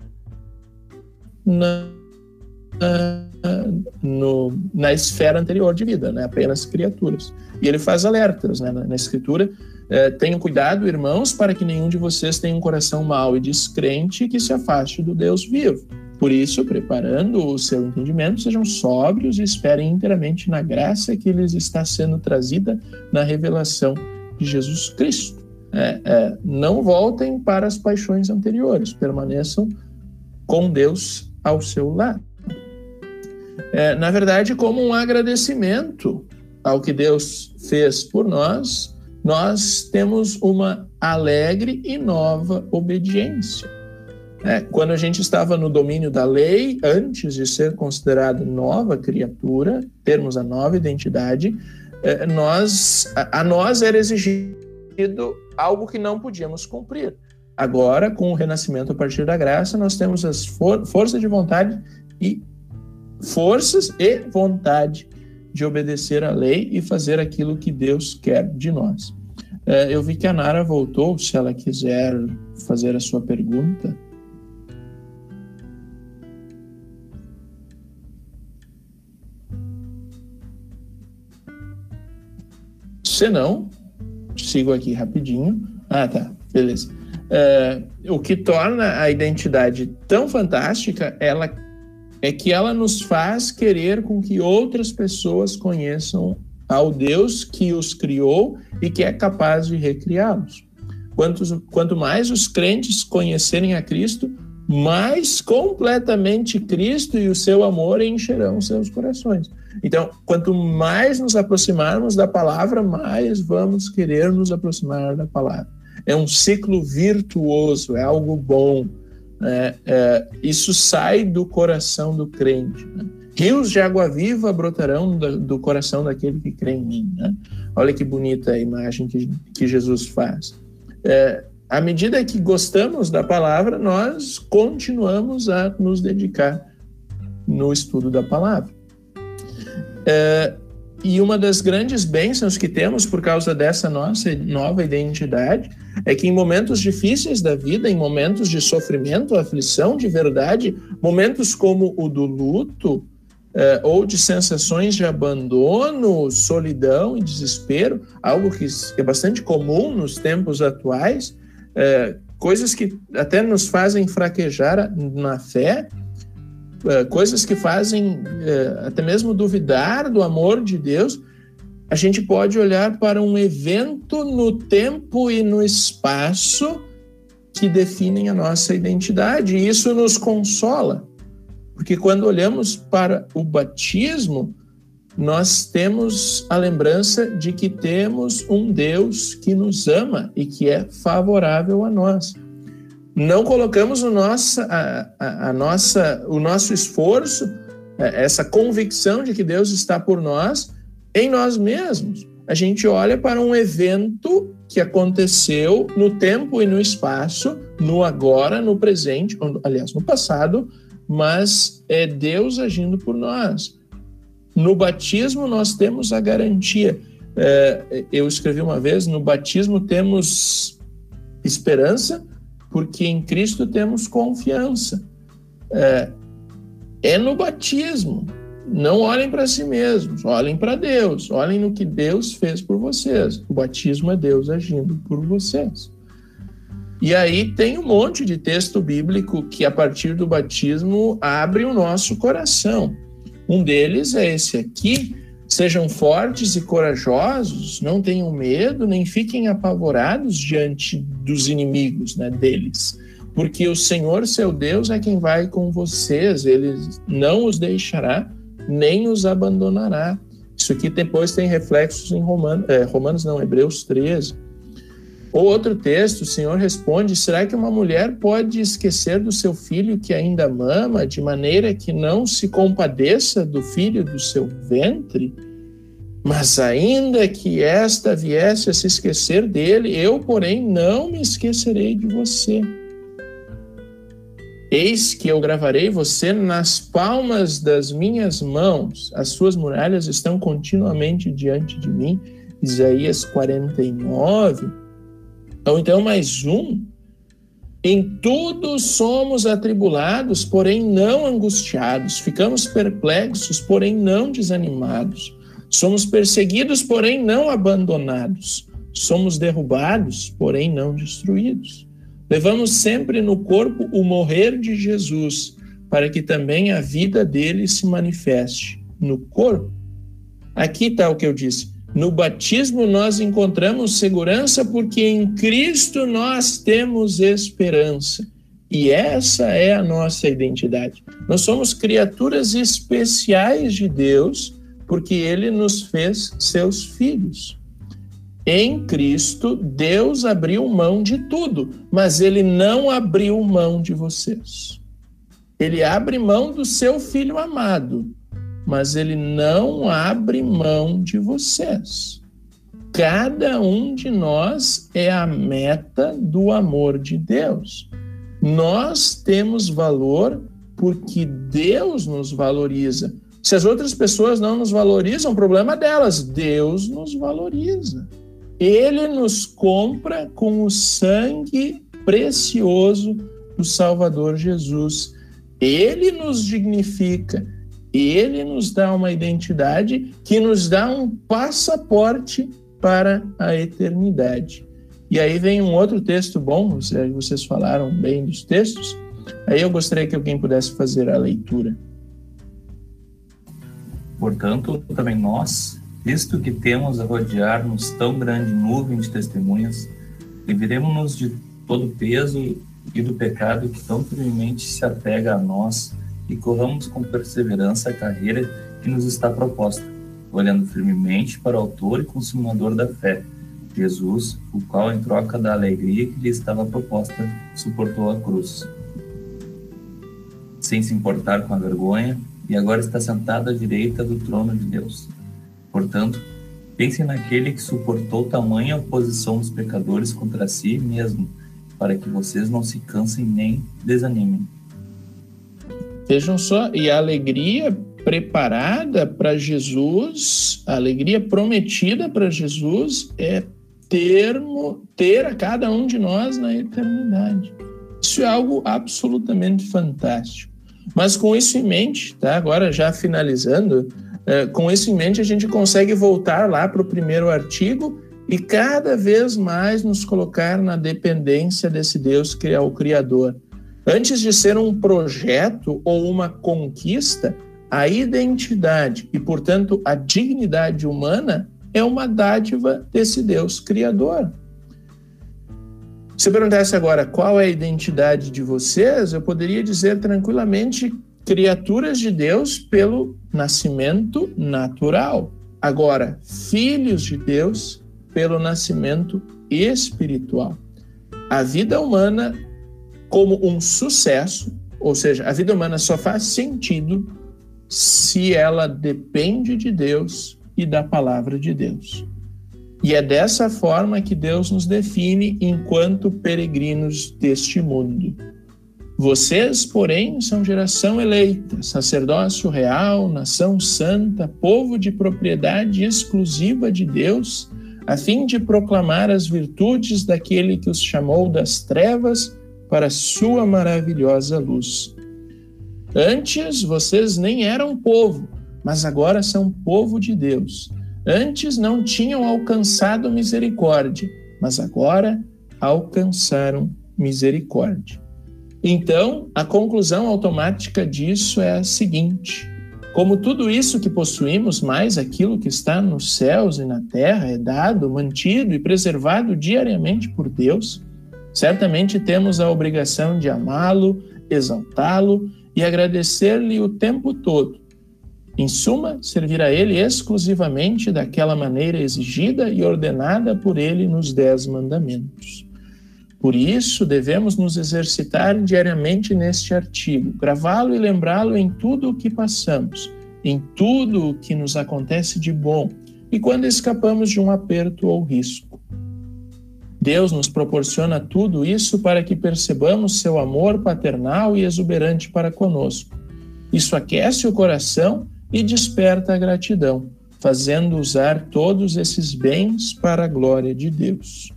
na esfera anterior de vida, né? Apenas criaturas. E ele faz alertas, né? Na Escritura. Tenham cuidado, irmãos, para que nenhum de vocês tenha um coração mau e descrente que se afaste do Deus vivo. Por isso, preparando o seu entendimento, sejam sóbrios e esperem inteiramente na graça que lhes está sendo trazida na revelação de Jesus Cristo. Não voltem para as paixões anteriores, permaneçam com Deus ao seu lado. Na verdade, como um agradecimento ao que Deus fez por nós, nós temos uma alegre e nova obediência. Quando a gente estava no domínio da lei, antes de ser considerado nova criatura, termos a nova identidade, a nós era exigido algo que não podíamos cumprir. Agora, com o renascimento a partir da graça, nós temos as forças e vontade de obedecer à lei e fazer aquilo que Deus quer de nós. Eu vi que a Nara voltou, se ela quiser fazer a sua pergunta. Se não, sigo aqui rapidinho. Tá, beleza. O que torna a identidade tão fantástica, é que ela nos faz querer com que outras pessoas conheçam ao Deus que os criou e que é capaz de recriá-los. Quanto mais os crentes conhecerem a Cristo, mais completamente Cristo e o seu amor encherão seus corações. Então, quanto mais nos aproximarmos da palavra, mais vamos querer nos aproximar da palavra. É um ciclo virtuoso, é algo bom. Isso sai do coração do crente, né? Rios de água viva brotarão do coração daquele que crê em mim, né? Olha que bonita a imagem que Jesus faz. À medida que gostamos da palavra, nós continuamos a nos dedicar no estudo da palavra. E uma das grandes bênçãos que temos por causa dessa nossa nova identidade é que em momentos difíceis da vida, em momentos de sofrimento, aflição de verdade, momentos como o do luto, ou de sensações de abandono, solidão e desespero, algo que é bastante comum nos tempos atuais, coisas que até nos fazem fraquejar na fé, coisas que fazem até mesmo duvidar do amor de Deus, a gente pode olhar para um evento no tempo e no espaço que definem a nossa identidade, e isso nos consola, porque quando olhamos para o batismo, nós temos a lembrança de que temos um Deus que nos ama e que é favorável a nós. Não colocamos o nosso esforço, essa convicção de que Deus está por nós, em nós mesmos. a gente olha para um evento que aconteceu no tempo e no espaço, no agora, no presente, aliás, no passado, mas é Deus agindo por nós. No batismo nós temos a garantia. Eu escrevi uma vez, no batismo temos esperança, porque em Cristo temos confiança. É no batismo. Não olhem para si mesmos, olhem para Deus, olhem no que Deus fez por vocês. O batismo é Deus agindo por vocês. E aí tem um monte de texto bíblico que, a partir do batismo, abre o nosso coração. Um deles é esse aqui: sejam fortes e corajosos, não tenham medo, nem fiquem apavorados diante dos inimigos, né, deles. Porque o Senhor, seu Deus, é quem vai com vocês, ele não os deixará, nem os abandonará. Isso aqui depois tem reflexos em Hebreus 13. Ou outro texto, o Senhor responde: será que uma mulher pode esquecer do seu filho que ainda mama, de maneira que não se compadeça do filho do seu ventre? Mas ainda que esta viesse a se esquecer dele, eu, porém, não me esquecerei de você. Eis que eu gravarei você nas palmas das minhas mãos, as suas muralhas estão continuamente diante de mim. Isaías 49. Ou então mais um: em tudo somos atribulados, porém não angustiados, ficamos perplexos, porém não desanimados, somos perseguidos, porém não abandonados, somos derrubados, porém não destruídos. Levamos sempre no corpo o morrer de Jesus, para que também a vida dele se manifeste no corpo. Aqui está o que eu disse. No batismo nós encontramos segurança, porque em Cristo nós temos esperança. E essa é a nossa identidade. Nós somos criaturas especiais de Deus, porque ele nos fez seus filhos. Em Cristo, Deus abriu mão de tudo, mas ele não abriu mão de vocês. Ele abre mão do seu filho amado, mas ele não abre mão de vocês. Cada um de nós é a meta do amor de Deus. Nós temos valor porque Deus nos valoriza. Se as outras pessoas não nos valorizam, o problema é delas. Deus nos valoriza. Ele nos compra com o sangue precioso do Salvador Jesus. Ele nos dignifica. Ele nos dá uma identidade que nos dá um passaporte para a eternidade. E aí vem um outro texto bom, vocês falaram bem dos textos, aí eu gostaria que alguém pudesse fazer a leitura. Portanto, também nós, visto que temos a rodear-nos tão grande nuvem de testemunhas, livremo-nos de todo o peso e do pecado que tão firmemente se apega a nós, e corramos com perseverança a carreira que nos está proposta, olhando firmemente para o autor e consumador da fé, Jesus, o qual, em troca da alegria que lhe estava proposta, suportou a cruz, sem se importar com a vergonha, e agora está sentado à direita do trono de Deus. Portanto, pensem naquele que suportou tamanha oposição dos pecadores contra si mesmo, para que vocês não se cansem nem desanimem. Vejam só, e a alegria preparada para Jesus, a alegria prometida para Jesus é ter a cada um de nós na eternidade. Isso é algo absolutamente fantástico. Mas com isso em mente, tá? Agora já finalizando, com isso em mente a gente consegue voltar lá para o primeiro artigo e cada vez mais nos colocar na dependência desse Deus que é o Criador. Antes de ser um projeto ou uma conquista, a identidade e, portanto, a dignidade humana é uma dádiva desse Deus Criador. Se eu perguntasse agora qual é a identidade de vocês, eu poderia dizer tranquilamente criaturas de Deus pelo nascimento natural. Agora, filhos de Deus pelo nascimento espiritual. A vida humana como um sucesso, ou seja, a vida humana só faz sentido se ela depende de Deus e da palavra de Deus. E é dessa forma que Deus nos define enquanto peregrinos deste mundo. Vocês, porém, são geração eleita, sacerdócio real, nação santa, povo de propriedade exclusiva de Deus, a fim de proclamar as virtudes daquele que os chamou das trevas para a sua maravilhosa luz. Antes, vocês nem eram povo, mas agora são povo de Deus. Antes não tinham alcançado misericórdia, mas agora alcançaram misericórdia. Então, a conclusão automática disso é a seguinte: como tudo isso que possuímos, mais aquilo que está nos céus e na terra, é dado, mantido e preservado diariamente por Deus, certamente temos a obrigação de amá-lo, exaltá-lo e agradecer-lhe o tempo todo. Em suma, servir a Ele exclusivamente daquela maneira exigida e ordenada por Ele nos 10 mandamentos. Por isso, devemos nos exercitar diariamente neste artigo, gravá-lo e lembrá-lo em tudo o que passamos, em tudo o que nos acontece de bom e quando escapamos de um aperto ou risco. Deus nos proporciona tudo isso para que percebamos seu amor paternal e exuberante para conosco. Isso aquece o coração e desperta a gratidão, fazendo usar todos esses bens para a glória de Deus.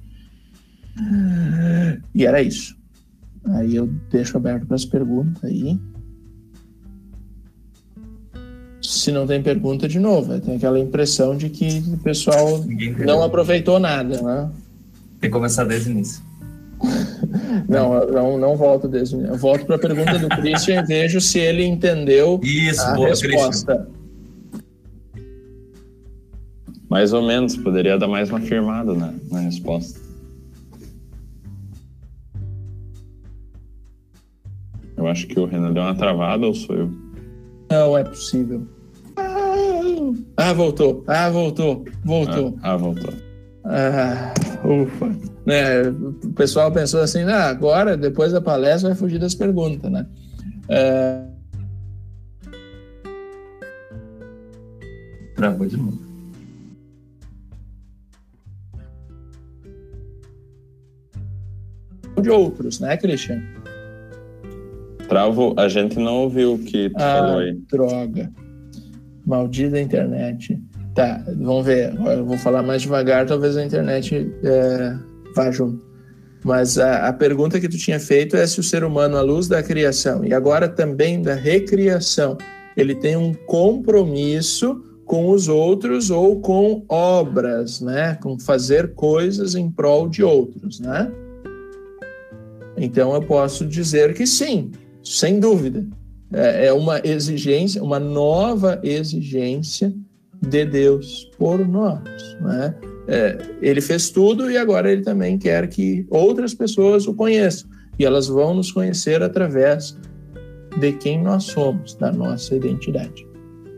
E era isso. Aí eu deixo aberto para as perguntas aí. Se não tem pergunta, de novo, tem aquela impressão de que o pessoal não aproveitou nada, né? Tem que começar desde o início. Não volto desde o início. Eu volto para a pergunta do Christian e vejo se ele entendeu a resposta. Christian. Mais ou menos, poderia dar mais uma firmada na resposta. Eu acho que o Renan deu uma travada, ou sou eu? Não, é possível. Voltou. Voltou. Voltou. Ufa. Né, o pessoal pensou assim, agora, depois da palestra, vai fugir das perguntas, né? Travou de novo. De outros, né, Christian? Travo, a gente não ouviu o que tu falou aí. Droga. Maldita internet. Tá, vamos ver. Eu vou falar mais devagar, talvez a internet vá junto. Mas a pergunta que tu tinha feito é se o ser humano, à luz da criação e agora também da recriação, ele tem um compromisso com os outros ou com obras, né? Com fazer coisas em prol de outros, né? Então eu posso dizer que sim, sem dúvida. É uma exigência, uma nova exigência de Deus por nós, né? Ele fez tudo e agora ele também quer que outras pessoas o conheçam. E elas vão nos conhecer através de quem nós somos, da nossa identidade.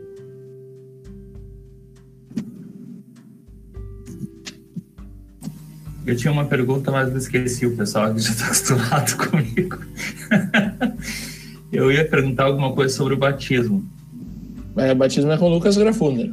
Eu tinha uma pergunta, mas eu esqueci, o pessoal que já está acostumado comigo. Eu ia perguntar alguma coisa sobre o batismo. O batismo é com Lucas Grafunder.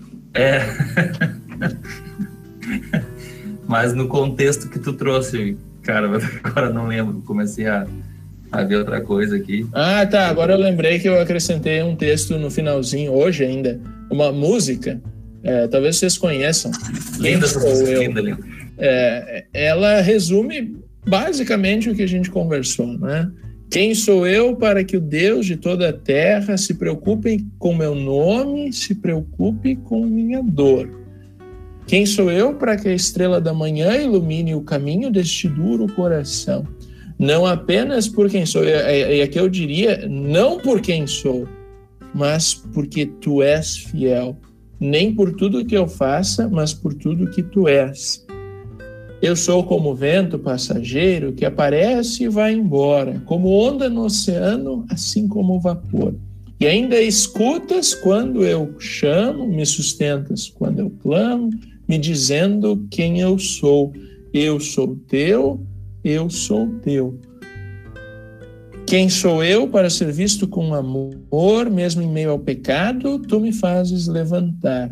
Mas no contexto que tu trouxe, cara, agora não lembro, comecei a ver outra coisa aqui. Tá, agora eu lembrei que eu acrescentei um texto no finalzinho, hoje ainda, uma música, talvez vocês conheçam. Linda essa música, linda. Ela resume basicamente o que a gente conversou, né? Quem sou eu para que o Deus de toda a terra se preocupe com meu nome, se preocupe com minha dor? Quem sou eu para que a estrela da manhã ilumine o caminho deste duro coração? Não apenas por quem sou, e aqui eu diria, não por quem sou, mas porque tu és fiel. Nem por tudo que eu faça, mas por tudo que tu és. Eu sou como o vento passageiro que aparece e vai embora, como onda no oceano, assim como o vapor. E ainda escutas quando eu chamo, me sustentas quando eu clamo, me dizendo quem eu sou. Eu sou teu, eu sou teu. Quem sou eu para ser visto com amor, mesmo em meio ao pecado, tu me fazes levantar.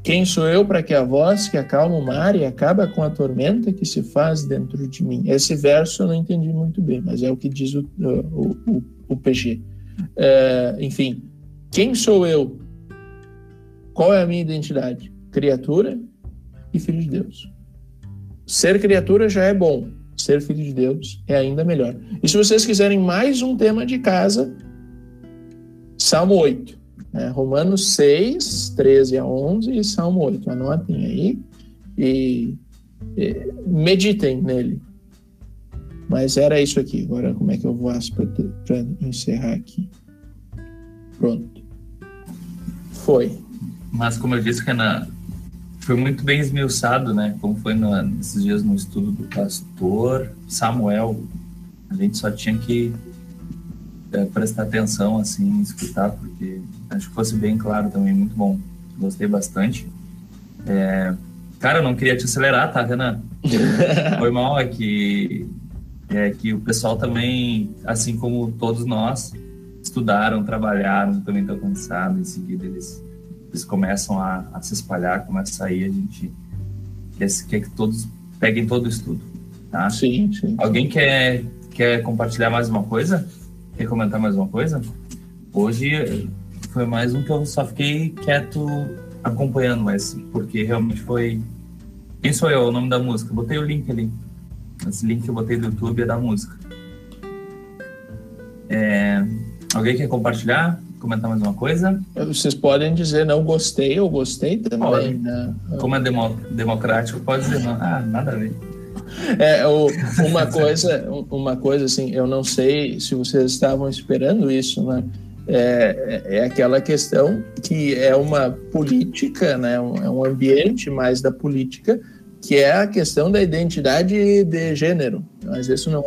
Quem sou eu para que a voz que acalma o mar e acaba com a tormenta que se faz dentro de mim? Esse verso eu não entendi muito bem, mas é o que diz o PG. Enfim, quem sou eu? Qual é a minha identidade? Criatura e filho de Deus. Ser criatura já é bom, ser filho de Deus é ainda melhor. E se vocês quiserem mais um tema de casa, Salmo 8, né? Romanos 6, 13 a 11 e Salmo 8. Anotem aí e meditem nele. Mas era isso aqui. Agora como é que eu faço para encerrar aqui? Pronto. Foi. Mas como eu disse, Renan, foi muito bem esmiuçado, né? Como foi nesses dias no estudo do pastor Samuel. A gente só tinha que prestar atenção, assim, escutar, porque acho que fosse bem claro também, muito bom. Gostei bastante. Cara, eu não queria te acelerar, tá, Renan? Foi mal, é que o pessoal também, assim como todos nós, estudaram, trabalharam, também estão cansados, em seguida eles começam a se espalhar, começa a sair, a gente quer que todos peguem todo o estudo, tá? Sim. Alguém quer compartilhar mais uma coisa? Quer comentar mais uma coisa? Hoje foi mais um que eu só fiquei quieto acompanhando, mas porque realmente foi... Quem sou eu? O nome da música. Botei o link ali. Esse link que eu botei do YouTube é da música. Alguém quer compartilhar? Comentar mais uma coisa? Vocês podem dizer não gostei ou gostei também. Né? Como é democrático, pode dizer não. Nada a ver. Uma coisa assim, eu não sei se vocês estavam esperando isso, né? É aquela questão que é uma política, né? É um ambiente mais da política, que é a questão da identidade de gênero. Mas isso não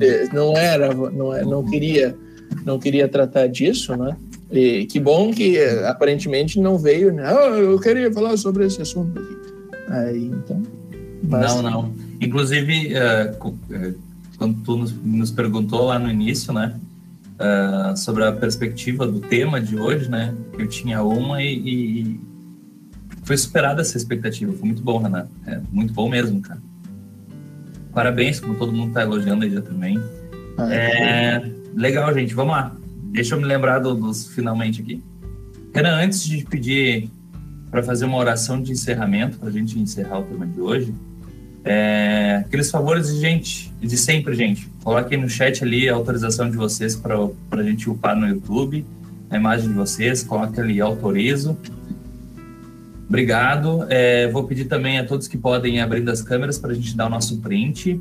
queria tratar disso, né? E que bom que aparentemente não veio, né? Eu queria falar sobre esse assunto aqui. Aí, então... Não. Inclusive, quando tu nos perguntou lá no início, né? Sobre a perspectiva do tema de hoje, né? Eu tinha uma e foi superada essa expectativa. Foi muito bom, Renan. Muito bom mesmo, cara. Parabéns, como todo mundo tá elogiando aí já também. Legal, gente. Vamos lá. Deixa eu me lembrar dos finalmente aqui. Renan, antes de pedir para fazer uma oração de encerramento, para a gente encerrar o tema de hoje, aqueles favores de sempre, gente. Coloquem no chat ali a autorização de vocês para a gente upar no YouTube, a imagem de vocês, coloque ali autorizo. Obrigado. Vou pedir também a todos que podem abrir as câmeras para a gente dar o nosso print.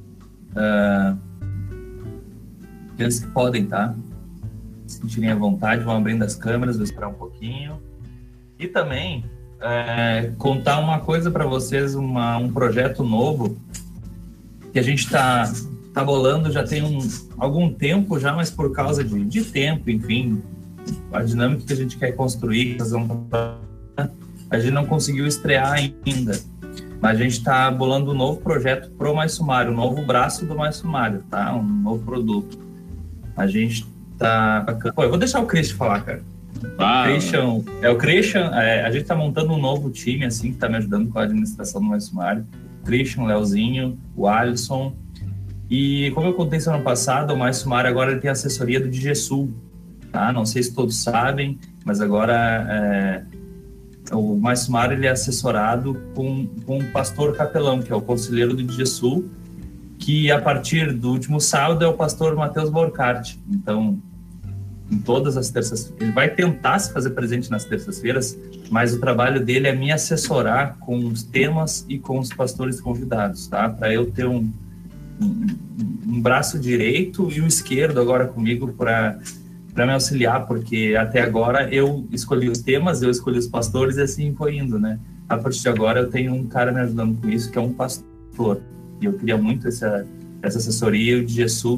Aqueles que podem, tá? Se sentirem à vontade, vão abrindo as câmeras, vou esperar um pouquinho. E também contar uma coisa para vocês, um projeto novo que a gente está bolando já tem algum tempo já, mas por causa de tempo, enfim, a dinâmica que a gente quer construir, a gente não conseguiu estrear ainda, mas a gente está bolando um novo projeto pro Mais Sumário, um novo braço do Mais Sumário, tá? Um novo produto. A gente tá... eu vou deixar o Christian falar, cara. O Christian, a gente tá montando um novo time, assim, que tá me ajudando com a administração do Mais Sumário. Christian, o Leozinho, o Alisson. E como eu contei semana passada, o Mais Sumário agora ele tem assessoria do DGSul, tá? Não sei se todos sabem, mas agora o Mais Sumário ele é assessorado com um pastor capelão, que é o conselheiro do DGSul, que a partir do último sábado é o pastor Matheus Borchardt. Então, em todas as terças, ele vai tentar se fazer presente nas terças-feiras, mas o trabalho dele é me assessorar com os temas e com os pastores convidados, tá? Para eu ter um braço direito e o esquerdo agora comigo para me auxiliar, porque até agora eu escolhi os temas, eu escolhi os pastores e assim foi indo, né? A partir de agora eu tenho um cara me ajudando com isso, que é um pastor. E eu queria muito essa assessoria, e o DGSul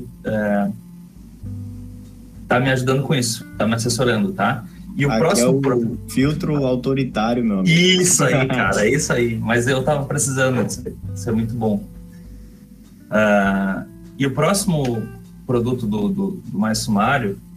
tá me ajudando com isso, tá me assessorando, tá? E o aqui próximo... é o filtro autoritário, meu amigo. Isso aí, cara, é isso aí. Mas eu tava precisando disso, isso é muito bom. E o próximo produto do Mais Sumário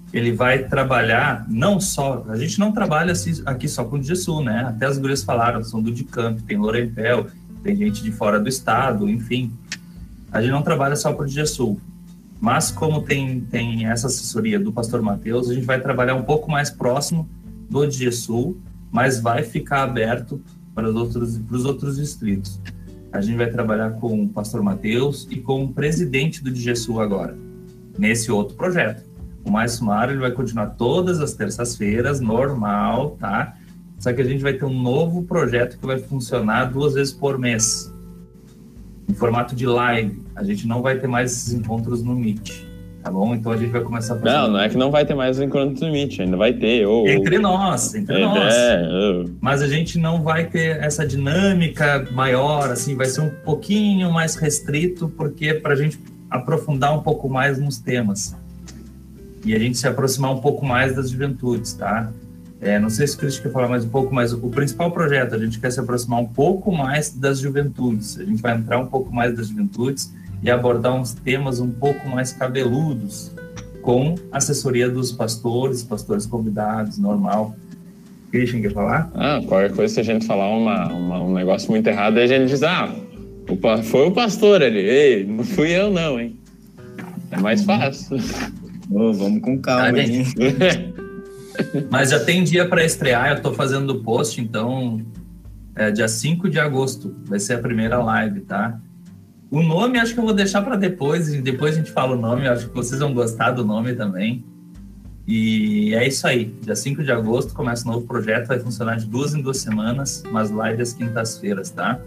ele vai trabalhar não só... A gente não trabalha aqui só com o DGSul, né? Até as gurias falaram, são do DICAMP, tem Lourenpel, tem gente de fora do estado, enfim. A gente não trabalha só para o DGSul. Mas como tem essa assessoria do pastor Mateus, a gente vai trabalhar um pouco mais próximo do DGSul, mas vai ficar aberto para os outros distritos. A gente vai trabalhar com o pastor Mateus e com o presidente do DGSul agora, nesse outro projeto. O Márcio Mário, ele vai continuar todas as terças-feiras, normal, tá? Só que a gente vai ter um novo projeto que vai funcionar 2 vezes por mês, em formato de live. A gente não vai ter mais esses encontros no Meet, tá bom? Então a gente vai começar a fazer... Não é que não vai ter mais encontros no Meet, ainda vai ter. Entre nós. Mas a gente não vai ter essa dinâmica maior, assim, vai ser um pouquinho mais restrito, porque para a gente aprofundar um pouco mais nos temas. E a gente se aproximar um pouco mais das juventudes, tá? Não sei se o Cristo quer falar mais um pouco, mas o principal projeto, a gente quer se aproximar um pouco mais das juventudes. A gente vai entrar um pouco mais das juventudes e abordar uns temas um pouco mais cabeludos, com assessoria dos pastores convidados, normal. Christian, quer falar? Qualquer coisa, se a gente falar um negócio muito errado, aí a gente diz, foi o pastor ali. Ei, não fui eu não, hein? É mais fácil. Vamos com calma, hein? Mas já tem dia para estrear, eu tô fazendo o post, então dia 5 de agosto vai ser a primeira live, tá? O nome acho que eu vou deixar para depois a gente fala o nome, acho que vocês vão gostar do nome também. E é isso aí, dia 5 de agosto começa um novo projeto, vai funcionar de 2 em 2 semanas, umas lives às quintas-feiras, tá?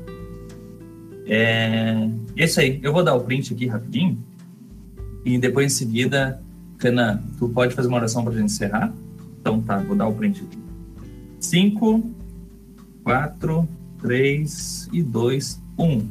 É isso aí, eu vou dar o print aqui rapidinho e depois em seguida, Renan, tu pode fazer uma oração para a gente encerrar? Então tá, vou dar o print aqui. 5, 4, 3 e 2, 1.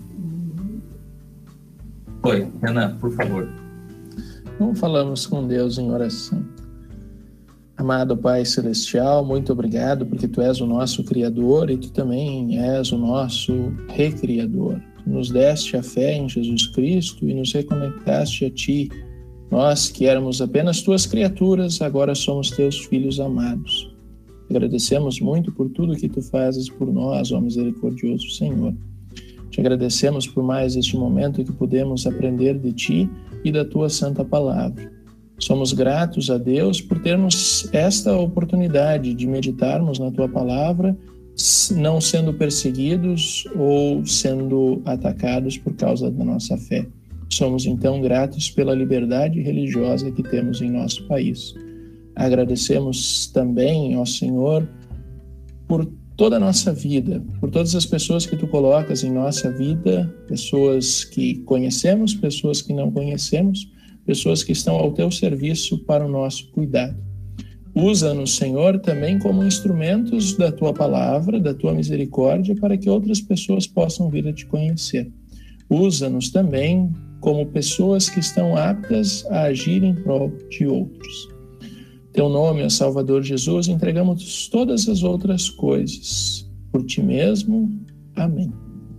Foi, Renan, por favor. Então falamos com Deus em oração. Amado Pai Celestial, muito obrigado porque Tu és o nosso Criador e Tu também és o nosso Recriador. Tu nos deste a fé em Jesus Cristo e nos reconectaste a Ti. Nós, que éramos apenas Tuas criaturas, agora somos Teus filhos amados. Agradecemos muito por tudo que Tu fazes por nós, ó misericordioso Senhor. Te agradecemos por mais este momento que podemos aprender de Ti e da Tua Santa Palavra. Somos gratos a Deus por termos esta oportunidade de meditarmos na Tua Palavra, não sendo perseguidos ou sendo atacados por causa da nossa fé. Somos, então, gratos pela liberdade religiosa que temos em nosso país. Agradecemos também, ó Senhor, por toda a nossa vida, por todas as pessoas que Tu colocas em nossa vida, pessoas que conhecemos, pessoas que não conhecemos, pessoas que estão ao Teu serviço para o nosso cuidado. Usa-nos, Senhor, também como instrumentos da Tua palavra, da Tua misericórdia, para que outras pessoas possam vir a Te conhecer. Usa-nos também como pessoas que estão aptas a agir em prol de outros. Teu nome, ó Salvador Jesus, entregamos todas as outras coisas. Por Ti mesmo. Amém.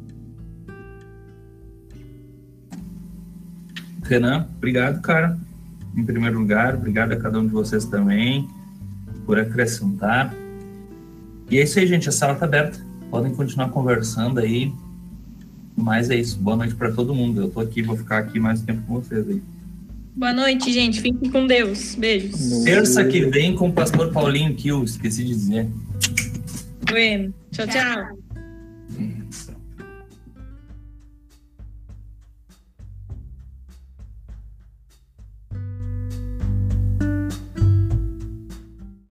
Renan, obrigado, cara. Em primeiro lugar, obrigado a cada um de vocês também por acrescentar. E é isso aí, gente. A sala está aberta. Podem continuar conversando aí. Mas é isso. Boa noite para todo mundo. Eu tô aqui, vou ficar aqui mais tempo com vocês aí. Boa noite, gente. Fiquem com Deus. Beijos. Terça que vem com o pastor Paulinho Kiel. Esqueci de dizer. Bueno. Tchau, tchau.